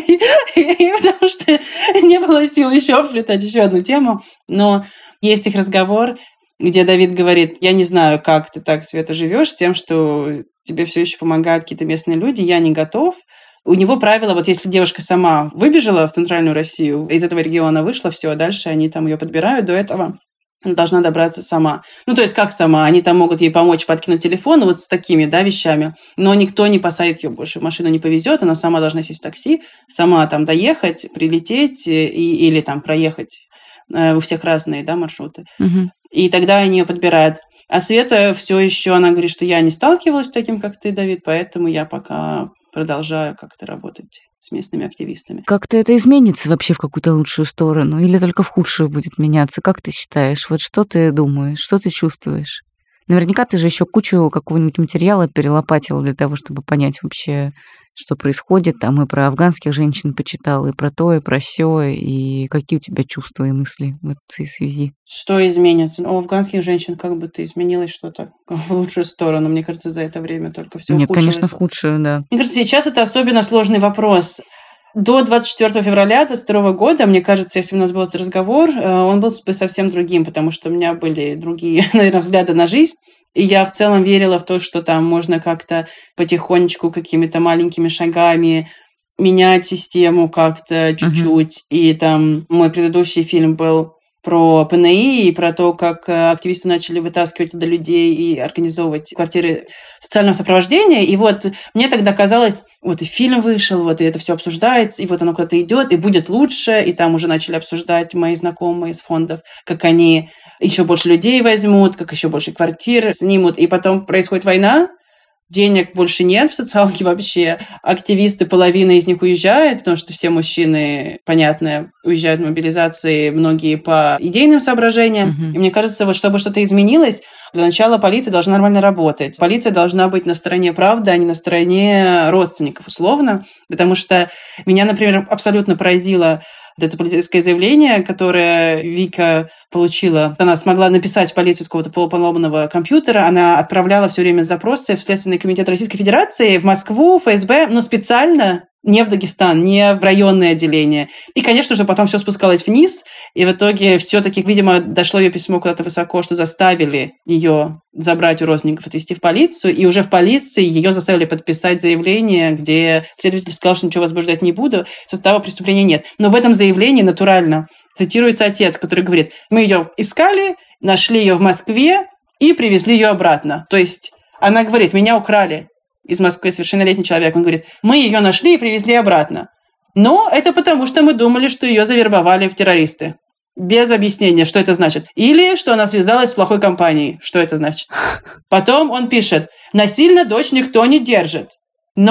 и потому что не было сил еще вплетать еще одну тему. Но есть их разговор, где Давид говорит: я не знаю, как ты так, Света, живешь с тем, что тебе все еще помогают какие-то местные люди, я не готов. У него правило, вот если девушка сама выбежала в Центральную Россию, из этого региона вышла, все, дальше они там ее подбирают, до этого она должна добраться сама. Ну, то есть как сама? Они там могут ей помочь подкинуть телефон, вот с такими, да, вещами, но никто не посадит ее больше, в машину не повезет, она сама должна сесть в такси, сама там доехать, прилететь и, или там проехать. У всех разные, да, маршруты. Угу. И тогда они ее подбирают. А Света все еще, она говорит, что я не сталкивалась с таким, как ты, Давид, поэтому я пока продолжаю как-то работать с местными активистами. Как-то это изменится вообще в какую-то лучшую сторону или только в худшую будет меняться? Как ты считаешь? Вот что ты думаешь? Что ты чувствуешь? Наверняка ты же еще кучу какого-нибудь материала перелопатила для того, чтобы понять вообще, что происходит. Там и про афганских женщин почитал, и про то, и про сё, и какие у тебя чувства и мысли в этой связи? Что изменится? У афганских женщин как будто изменилось что-то в лучшую сторону. Мне кажется, за это время только все Нет, ухудшилось. конечно, в худшую, да. Мне кажется, сейчас это особенно сложный вопрос. До двадцать четвёртого февраля двадцать второго года, мне кажется, если бы у нас был этот разговор, он был бы совсем другим, потому что у меня были другие, наверное, взгляды на жизнь. И я в целом верила в то, что там можно как-то потихонечку, какими-то маленькими шагами менять систему как-то чуть-чуть. Uh-huh. И там мой предыдущий фильм был про ПНИ и про то, как активисты начали вытаскивать туда людей и организовывать квартиры социального сопровождения. И вот мне тогда казалось, вот и фильм вышел, вот и это все обсуждается, и вот оно куда-то идет, и будет лучше. И там уже начали обсуждать мои знакомые из фондов, как они еще больше людей возьмут, как еще больше квартир снимут. И потом происходит война, денег больше нет в социалке вообще. Активисты, половина из них уезжает, потому что все мужчины, понятно, уезжают в мобилизации, многие по идейным соображениям. Uh-huh. И мне кажется, вот чтобы что-то изменилось, для начала полиция должна нормально работать. Полиция должна быть на стороне правды, а не на стороне родственников, условно. Потому что меня, например, абсолютно поразило это полицейское заявление, которое Вика получила. Она смогла написать в полицию с какого-то полуполоманного компьютера. Она отправляла все время запросы в Следственный комитет Российской Федерации, в Москву, эф эс бэ, но специально не в Дагестан, не в районное отделение. И, конечно же, потом все спускалось вниз, и в итоге все-таки, видимо, дошло ее письмо куда-то высоко, что заставили ее забрать у родственников, отвезти в полицию, и уже в полиции ее заставили подписать заявление, где следователь сказал, что ничего возбуждать не буду, состава преступления нет. Но в этом заявлении натурально цитируется отец, который говорит: мы ее искали, нашли ее в Москве и привезли ее обратно. То есть она говорит: меня украли из Москвы совершеннолетний человек. Он говорит: мы ее нашли и привезли обратно. Но это потому, что мы думали, что ее завербовали в террористы. Без объяснения, что это значит. Или что она связалась с плохой компанией. Что это значит? Потом он пишет: насильно дочь никто не держит. Но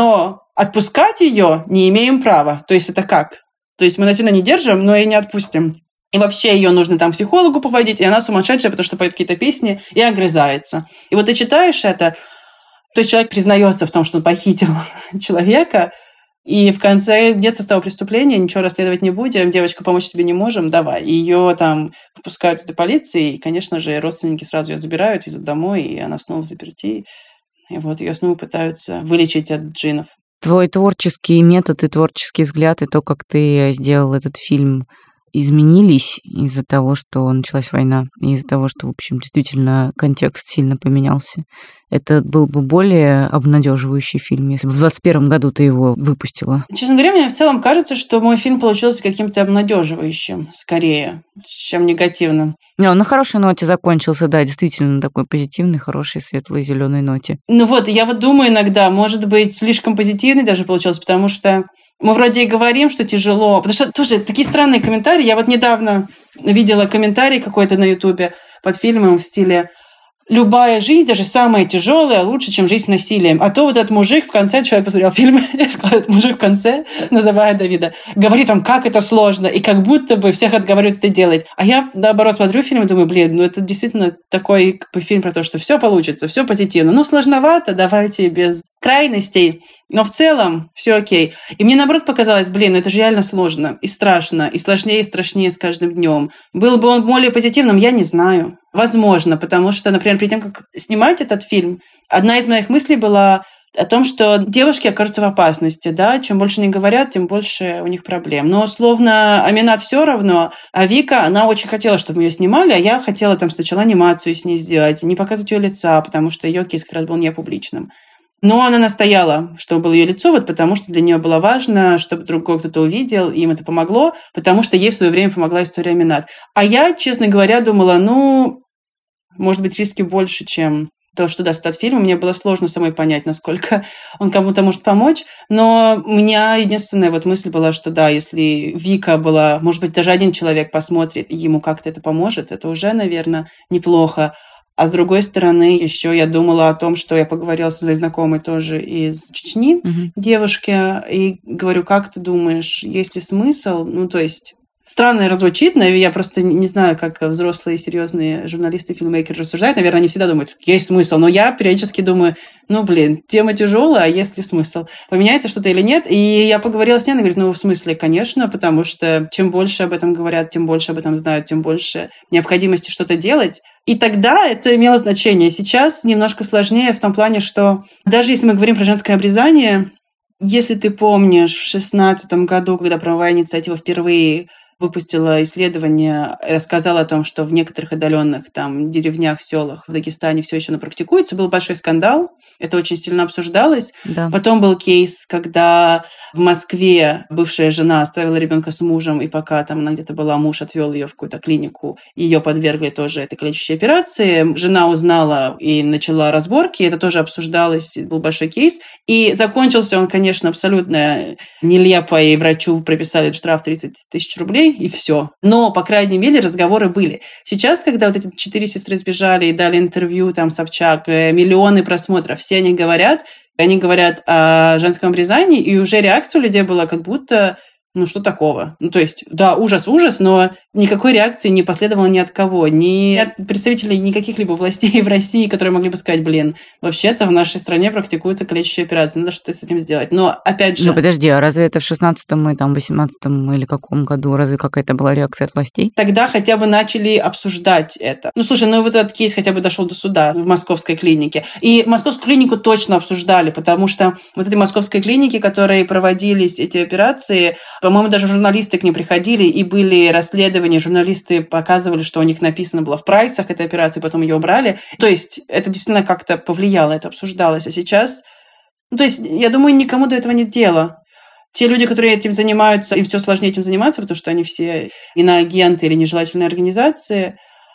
отпускать ее не имеем права. То есть это как? То есть мы насильно не держим, но и не отпустим. И вообще ее нужно там психологу поводить, и она сумасшедшая, потому что поет какие-то песни и огрызается. И вот ты читаешь это, то есть человек признается в том, что он похитил человека, и в конце нет состава преступления, ничего расследовать не будем, девочка, помочь тебе не можем, давай. И ее там выпускают до полиции, и, конечно же, родственники сразу ее забирают, везут домой, и она снова в заперти. И вот ее снова пытаются вылечить от джиннов. Твой творческий метод и творческий взгляд, и то, как ты сделал этот фильм, изменились из-за того, что началась война, и из-за того, что, в общем, действительно контекст сильно поменялся. Это был бы более обнадеживающий фильм, если бы в двадцать первом году ты его выпустила. Честно говоря, мне в целом кажется, что мой фильм получился каким-то обнадеживающим, скорее, чем негативным. Не, он на хорошей ноте закончился, да, действительно, на такой позитивной, хорошей, светлой, зеленой ноте. Ну вот, я вот думаю иногда, может быть, слишком позитивный даже получился, потому что мы вроде и говорим, что тяжело. Потому что тоже такие странные комментарии. Я вот недавно видела комментарий какой-то на Ютубе под фильмом в стиле «Любая жизнь, даже самая тяжелая, лучше, чем жизнь с насилием». А то вот этот мужик в конце, человек посмотрел фильм, я сказала, этот мужик в конце, называя Давида, говорит вам, как это сложно, и как будто бы всех отговаривают это делать. А я, наоборот, смотрю фильм и думаю, блин, ну это действительно такой как бы, фильм про то, что все получится, все позитивно. Ну, сложновато, давайте без крайностей, но в целом все окей. И мне, наоборот, показалось, блин, это же реально сложно и страшно, и сложнее и страшнее с каждым днем. Был бы он более позитивным, я не знаю. Возможно, потому что, например, перед тем, как снимать этот фильм, одна из моих мыслей была о том, что девушки окажутся в опасности, да, чем больше они говорят, тем больше у них проблем. Но, условно, Аминат все равно, а Вика, она очень хотела, чтобы мы ее снимали, а я хотела там сначала анимацию с ней сделать, не показывать ее лица, потому что ее кейс как раз был не публичным. Но она настояла, чтобы было ее лицо, вот потому что для нее было важно, чтобы другой кто-то увидел, и им это помогло, потому что ей в свое время помогла история Аминат. А я, честно говоря, думала, ну, может быть, риски больше, чем то, что даст этот фильм. Мне было сложно самой понять, насколько он кому-то может помочь, но у меня единственная вот мысль была, что да, если Вика была, может быть, даже один человек посмотрит, и ему как-то это поможет, это уже, наверное, неплохо. А с другой стороны, еще я думала о том, что я поговорила со своей знакомой тоже из Чечни, Мгм. девушке, и говорю, как ты думаешь, есть ли смысл? Ну, то есть, странно, наверное, звучит, но я просто не знаю, как взрослые серьезные журналисты и фильммейкеры рассуждают. Наверное, они всегда думают, есть смысл. Но я периодически думаю, ну, блин, тема тяжелая, а есть ли смысл? Поменяется что-то или нет? И я поговорила с ней, она говорит, ну, в смысле, конечно, потому что чем больше об этом говорят, тем больше об этом знают, тем больше необходимости что-то делать. И тогда это имело значение. Сейчас немножко сложнее в том плане, что даже если мы говорим про женское обрезание, если ты помнишь, в шестнадцатом году, когда правовая инициатива впервые выпустила исследование, рассказала о том, что в некоторых отдаленных там деревнях, селах в Дагестане все еще практикуется. Был большой скандал, это очень сильно обсуждалось. Да. Потом был кейс, когда в Москве бывшая жена оставила ребенка с мужем, и пока там она где-то была, муж отвел ее в какую-то клинику, ее подвергли тоже этой лечащей операции. Жена узнала и начала разборки, это тоже обсуждалось, был большой кейс. И закончился он, конечно, абсолютно нелепо, и врачу прописали штраф тридцать тысяч рублей, и все. Но, по крайней мере, разговоры были. Сейчас, когда вот эти четыре сестры сбежали и дали интервью, там, Собчак, миллионы просмотров, все они говорят, они говорят о женском обрезании, и уже реакция у людей была как будто, ну, что такого? Ну, то есть, да, ужас-ужас, но никакой реакции не последовало ни от кого, ни от представителей никаких-либо властей в России, которые могли бы сказать, блин, вообще-то в нашей стране практикуются калечащие операции, надо что-то с этим сделать. Но, опять же... Ну, подожди, а разве это в шестнадцатом и там восемнадцатом или каком году, разве какая-то была реакция от властей? Тогда хотя бы начали обсуждать это. Ну, слушай, ну вот этот кейс хотя бы дошел до суда в московской клинике. И московскую клинику точно обсуждали, потому что вот эти московской клиники, которые проводились эти операции, по-моему, даже журналисты к ним приходили, и были расследования, журналисты показывали, что у них написано было в прайсах этой операции, потом ее убрали. То есть это действительно как-то повлияло, это обсуждалось. А сейчас... Ну, то есть, я думаю, никому до этого нет дела. Те люди, которые этим занимаются, им все сложнее этим заниматься, потому что они все иноагенты или нежелательные организации.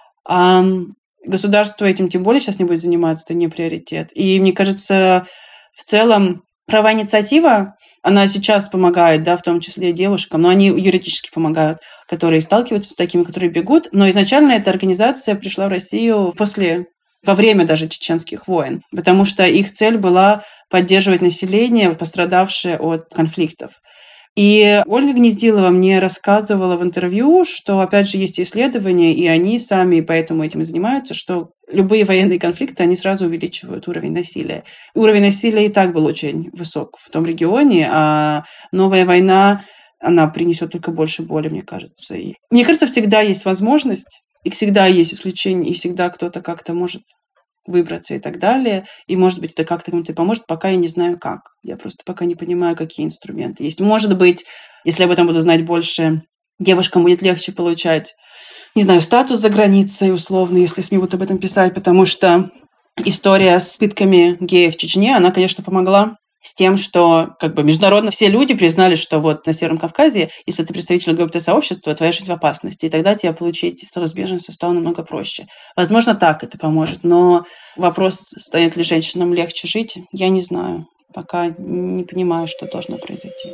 А государство этим тем более сейчас не будет заниматься, это не приоритет. И мне кажется, в целом, правовая инициатива, она сейчас помогает, да, в том числе девушкам, но они юридически помогают, которые сталкиваются с такими, которые бегут. Но изначально эта организация пришла в Россию после во время даже чеченских войн, потому что их цель была поддерживать население, пострадавшее от конфликтов. И Ольга Гнездилова мне рассказывала в интервью, что, опять же, есть исследования, и они сами поэтому этим и занимаются, что любые военные конфликты, они сразу увеличивают уровень насилия. Уровень насилия и так был очень высок в том регионе, а новая война, она принесет только больше боли, мне кажется. И мне кажется, всегда есть возможность, и всегда есть исключения, и всегда кто-то как-то может выбраться и так далее. И, может быть, это как-то кому-то поможет, пока я не знаю как. Я просто пока не понимаю, какие инструменты есть. Может быть, если об этом буду знать больше, девушкам будет легче получать, не знаю, статус за границей, условно, если СМИ будут об этом писать, потому что история с пытками геев в Чечне, она, конечно, помогла с тем, что как бы международно все люди признали, что вот на Северном Кавказе, если ты представитель ЛГБТ-сообщества, твоя жизнь в опасности, и тогда тебе получить статус беженца стало намного проще. Возможно, так это поможет, но вопрос, станет ли женщинам легче жить, я не знаю. Пока не понимаю, что должно произойти.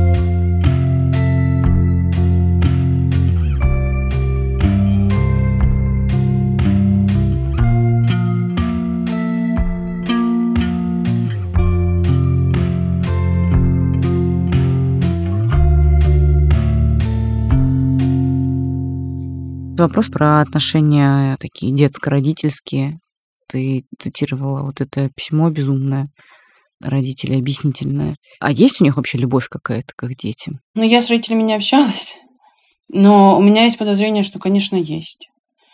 Вопрос про отношения такие детско-родительские. Ты цитировала вот это письмо безумное родителей, объяснительное. А есть у них вообще любовь какая-то к их детям? Ну, я с родителями не общалась, но у меня есть подозрение, что, конечно, есть.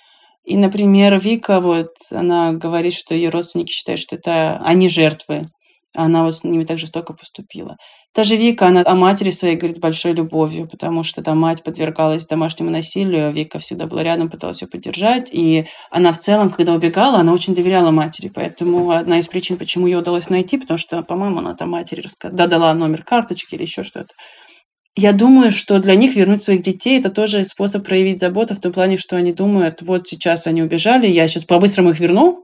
И, например, Вика, вот, она говорит, что ее родственники считают, что это они жертвы. Она вот с ними так жестоко поступила. Та же Вика, она о матери своей говорит большой любовью, потому что там мать подвергалась домашнему насилию, Вика всегда была рядом, пыталась ее поддержать, и она в целом, когда убегала, она очень доверяла матери, поэтому одна из причин, почему ее удалось найти, потому что, по-моему, она там матери рассказала, да, дала номер карточки или еще что-то. Я думаю, что для них вернуть своих детей – это тоже способ проявить заботу в том плане, что они думают, вот сейчас они убежали, я сейчас по-быстрому их верну,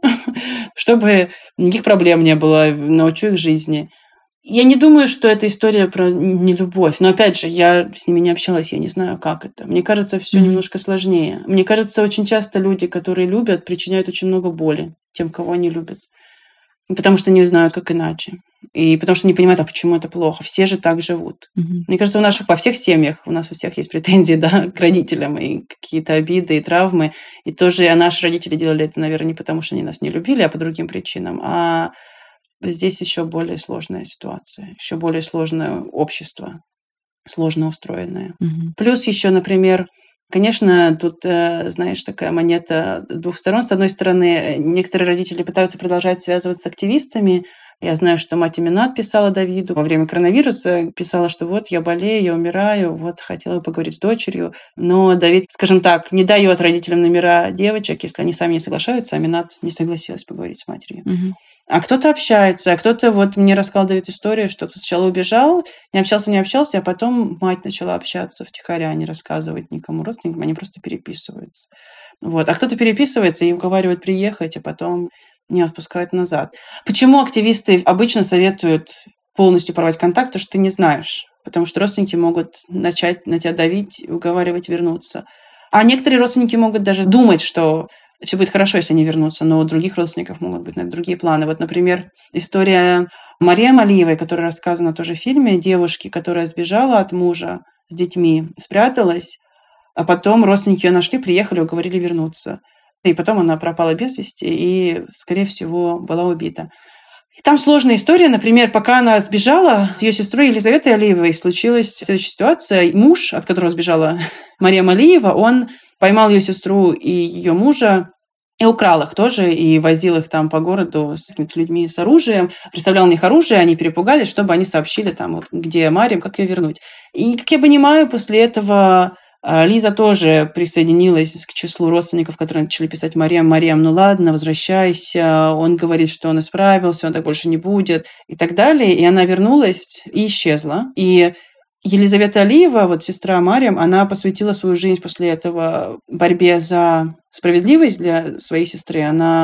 чтобы никаких проблем не было, научу их жизни. Я не думаю, что это история про нелюбовь. Но, опять же, я с ними не общалась, я не знаю, как это. Мне кажется, все mm-hmm. немножко сложнее. Мне кажется, очень часто люди, которые любят, причиняют очень много боли тем, кого они любят. Потому что не знают, как иначе. И потому что не понимают, а почему это плохо. Все же так живут. Mm-hmm. Мне кажется, в наших, во всех семьях, у нас у всех есть претензии, да, к родителям, и какие-то обиды, и травмы. И тоже а наши родители делали это, наверное, не потому, что они нас не любили, а по другим причинам. А здесь еще более сложная ситуация, еще более сложное общество, сложно устроенное. Mm-hmm. Плюс еще, например, конечно, тут, знаешь, такая монета с двух сторон. С одной стороны, некоторые родители пытаются продолжать связываться с активистами. Я знаю, что мать Аминат писала Давиду во время коронавируса, писала, что вот я болею, я умираю, вот хотела поговорить с дочерью. Но Давид, скажем так, не дает родителям номера девочек, если они сами не соглашаются. Аминат не согласилась поговорить с матерью. Угу. А кто-то общается, а кто-то, вот мне рассказал Давид историю, что кто-то сначала убежал, не общался, не общался, а потом мать начала общаться втихаря, не рассказывать никому родственникам, они просто переписываются. Вот. А кто-то переписывается и уговаривает приехать, а потом не отпускают назад. Почему активисты обычно советуют полностью порвать контакт? Потому что ты не знаешь. Потому что родственники могут начать на тебя давить и уговаривать вернуться. А некоторые родственники могут даже думать, что все будет хорошо, если они вернутся, но у других родственников могут быть на другие планы. Вот, например, история Мариам Алиевой, которая рассказана тоже в фильме, девушки, которая сбежала от мужа с детьми, спряталась, а потом родственники ее нашли, приехали, уговорили вернуться. И потом она пропала без вести и, скорее всего, была убита. И там сложная история. Например, пока она сбежала, с ее сестрой Елизаветой Алиевой случилась следующая ситуация. Муж, от которого сбежала Мариам Алиева, он поймал ее сестру и ее мужа и украл их тоже, и возил их там по городу с какими-то людьми с оружием, представлял на них оружие, они перепугались, чтобы они сообщили там, вот, где Мариам, как ее вернуть. И, как я понимаю, после этого Лиза тоже присоединилась к числу родственников, которые начали писать Мариам, Мариам, ну ладно, возвращайся, он говорит, что он исправился, он так больше не будет, и так далее. И она вернулась и исчезла. И Елизавета Алиева, вот сестра Мариам, она посвятила свою жизнь после этого борьбе за справедливость для своей сестры. Она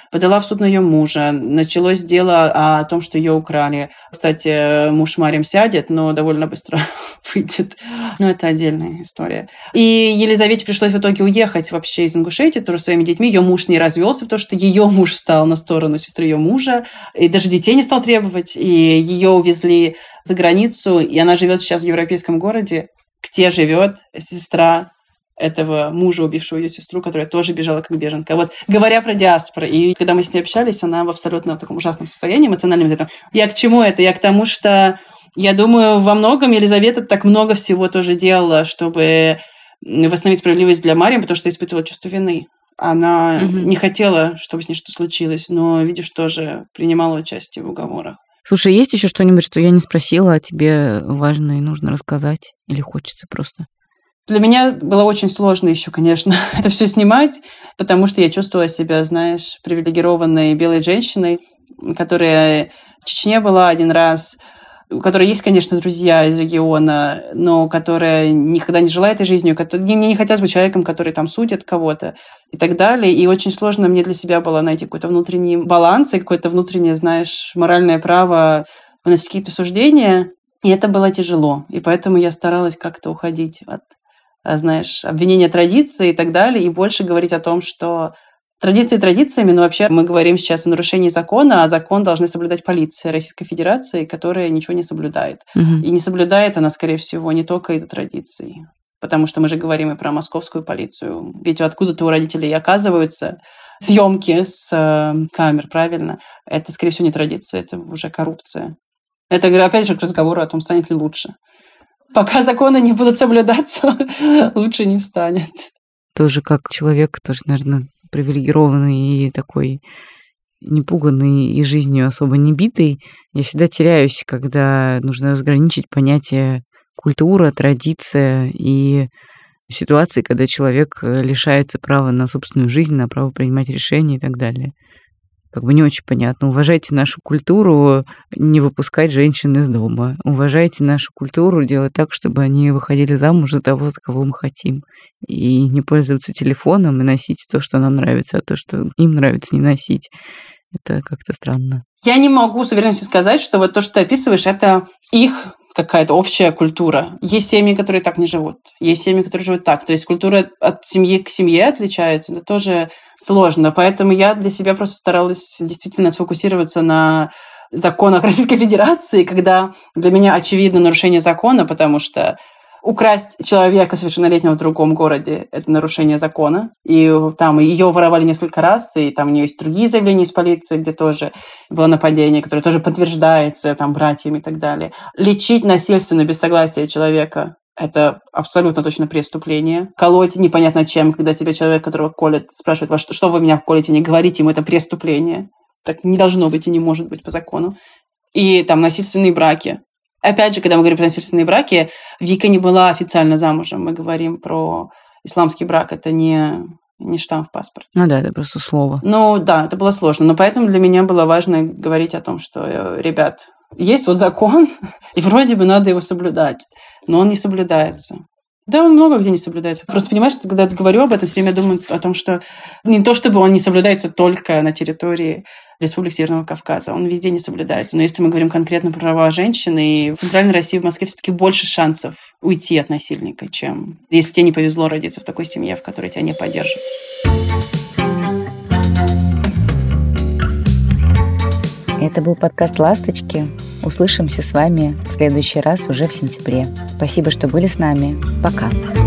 подала в суд на ее мужа. Началось дело о том, что ее украли. Кстати, муж Мариам сядет, но довольно быстро выйдет. Но это отдельная история. И Елизавете пришлось в итоге уехать вообще из Ингушетии, тоже своими детьми. Ее муж с ней развелся, потому что ее муж встал на сторону сестры ее мужа, и даже детей не стал требовать. И ее увезли за границу, и она живет сейчас в европейском городе, где живет сестра этого мужа, убившего ее сестру, которая тоже бежала как беженка. Вот говоря про диаспору, и когда мы с ней общались, она в абсолютно в таком ужасном состоянии эмоциональном. Я к чему это? Я к тому, что я думаю, во многом Елизавета так много всего тоже делала, чтобы восстановить справедливость для Мариам, потому что испытывала чувство вины. Она угу. не хотела, чтобы с ней что-то случилось, но, видишь, тоже принимала участие в уговорах. Слушай, есть еще что-нибудь, что я не спросила, а тебе важно и нужно рассказать? Или хочется просто? Для меня было очень сложно еще, конечно, это все снимать, потому что я чувствовала себя, знаешь, привилегированной белой женщиной, которая в Чечне была один раз, у которой есть, конечно, друзья из региона, но которая никогда не жила этой жизнью, мне не хотелось быть человеком, который там судит кого-то и так далее. И очень сложно мне для себя было найти какой-то внутренний баланс и какое-то внутреннее, знаешь, моральное право выносить какие-то суждения. И это было тяжело. И поэтому я старалась как-то уходить от, знаешь, обвинения традиции и так далее, и больше говорить о том, что традиции традициями, но вообще мы говорим сейчас о нарушении закона, а закон должны соблюдать полиция Российской Федерации, которая ничего не соблюдает. Угу. И не соблюдает она, скорее всего, не только из-за традиций. Потому что мы же говорим и про московскую полицию. Ведь откуда-то у родителей оказываются съемки с камер, правильно? Это, скорее всего, не традиция, это уже коррупция. Это, опять же, к разговору о том, станет ли лучше. Пока законы не будут соблюдаться, лучше не станет. Тоже как человек, тоже, наверное, привилегированный и такой непуганный и жизнью особо не битый, я всегда теряюсь, когда нужно разграничить понятие культура, традиция и ситуации, когда человек лишается права на собственную жизнь, на право принимать решения и так далее. Как бы не очень понятно. Уважайте нашу культуру, не выпускать женщин из дома. Уважайте нашу культуру, делать так, чтобы они выходили замуж за того, за кого мы хотим. И не пользоваться телефоном и носить то, что нам нравится, а то, что им нравится, не носить. Это как-то странно. Я не могу с уверенностью сказать, что вот то, что ты описываешь, это их какая-то общая культура. Есть семьи, которые так не живут. Есть семьи, которые живут так. То есть культура от семьи к семье отличается. Это тоже сложно. Поэтому я для себя просто старалась действительно сфокусироваться на законах Российской Федерации, когда для меня очевидно нарушение закона, потому что украсть человека совершеннолетнего в другом городе – это нарушение закона. И там ее воровали несколько раз, и там у нее есть другие заявления из полиции, где тоже было нападение, которое тоже подтверждается там братьями и так далее. Лечить насильственно без согласия человека – это абсолютно точно преступление. Колоть непонятно чем, когда тебя человек, которого колет, спрашивает вас, что вы меня колите, не говорите ему, это преступление. Так не должно быть и не может быть по закону. И там насильственные браки. Опять же, когда мы говорим про насильственные браки, Вика не была официально замужем. Мы говорим про исламский брак. Это не, не штамп в паспорте. Ну да, это просто слово. Ну да, это было сложно. Но поэтому для меня было важно говорить о том, что, ребят, есть вот закон, и вроде бы надо его соблюдать, но он не соблюдается. Да, он много где не соблюдается. Просто понимаешь, когда я говорю об этом, все время думаю о том, что не то, чтобы он не соблюдается только на территории Республики Северного Кавказа, он везде не соблюдается. Но если мы говорим конкретно про права женщин, и в Центральной России, в Москве все-таки больше шансов уйти от насильника, чем если тебе не повезло родиться в такой семье, в которой тебя не поддержат. Это был подкаст «Ласточки». Услышимся с вами в следующий раз уже в сентябре. Спасибо, что были с нами. Пока.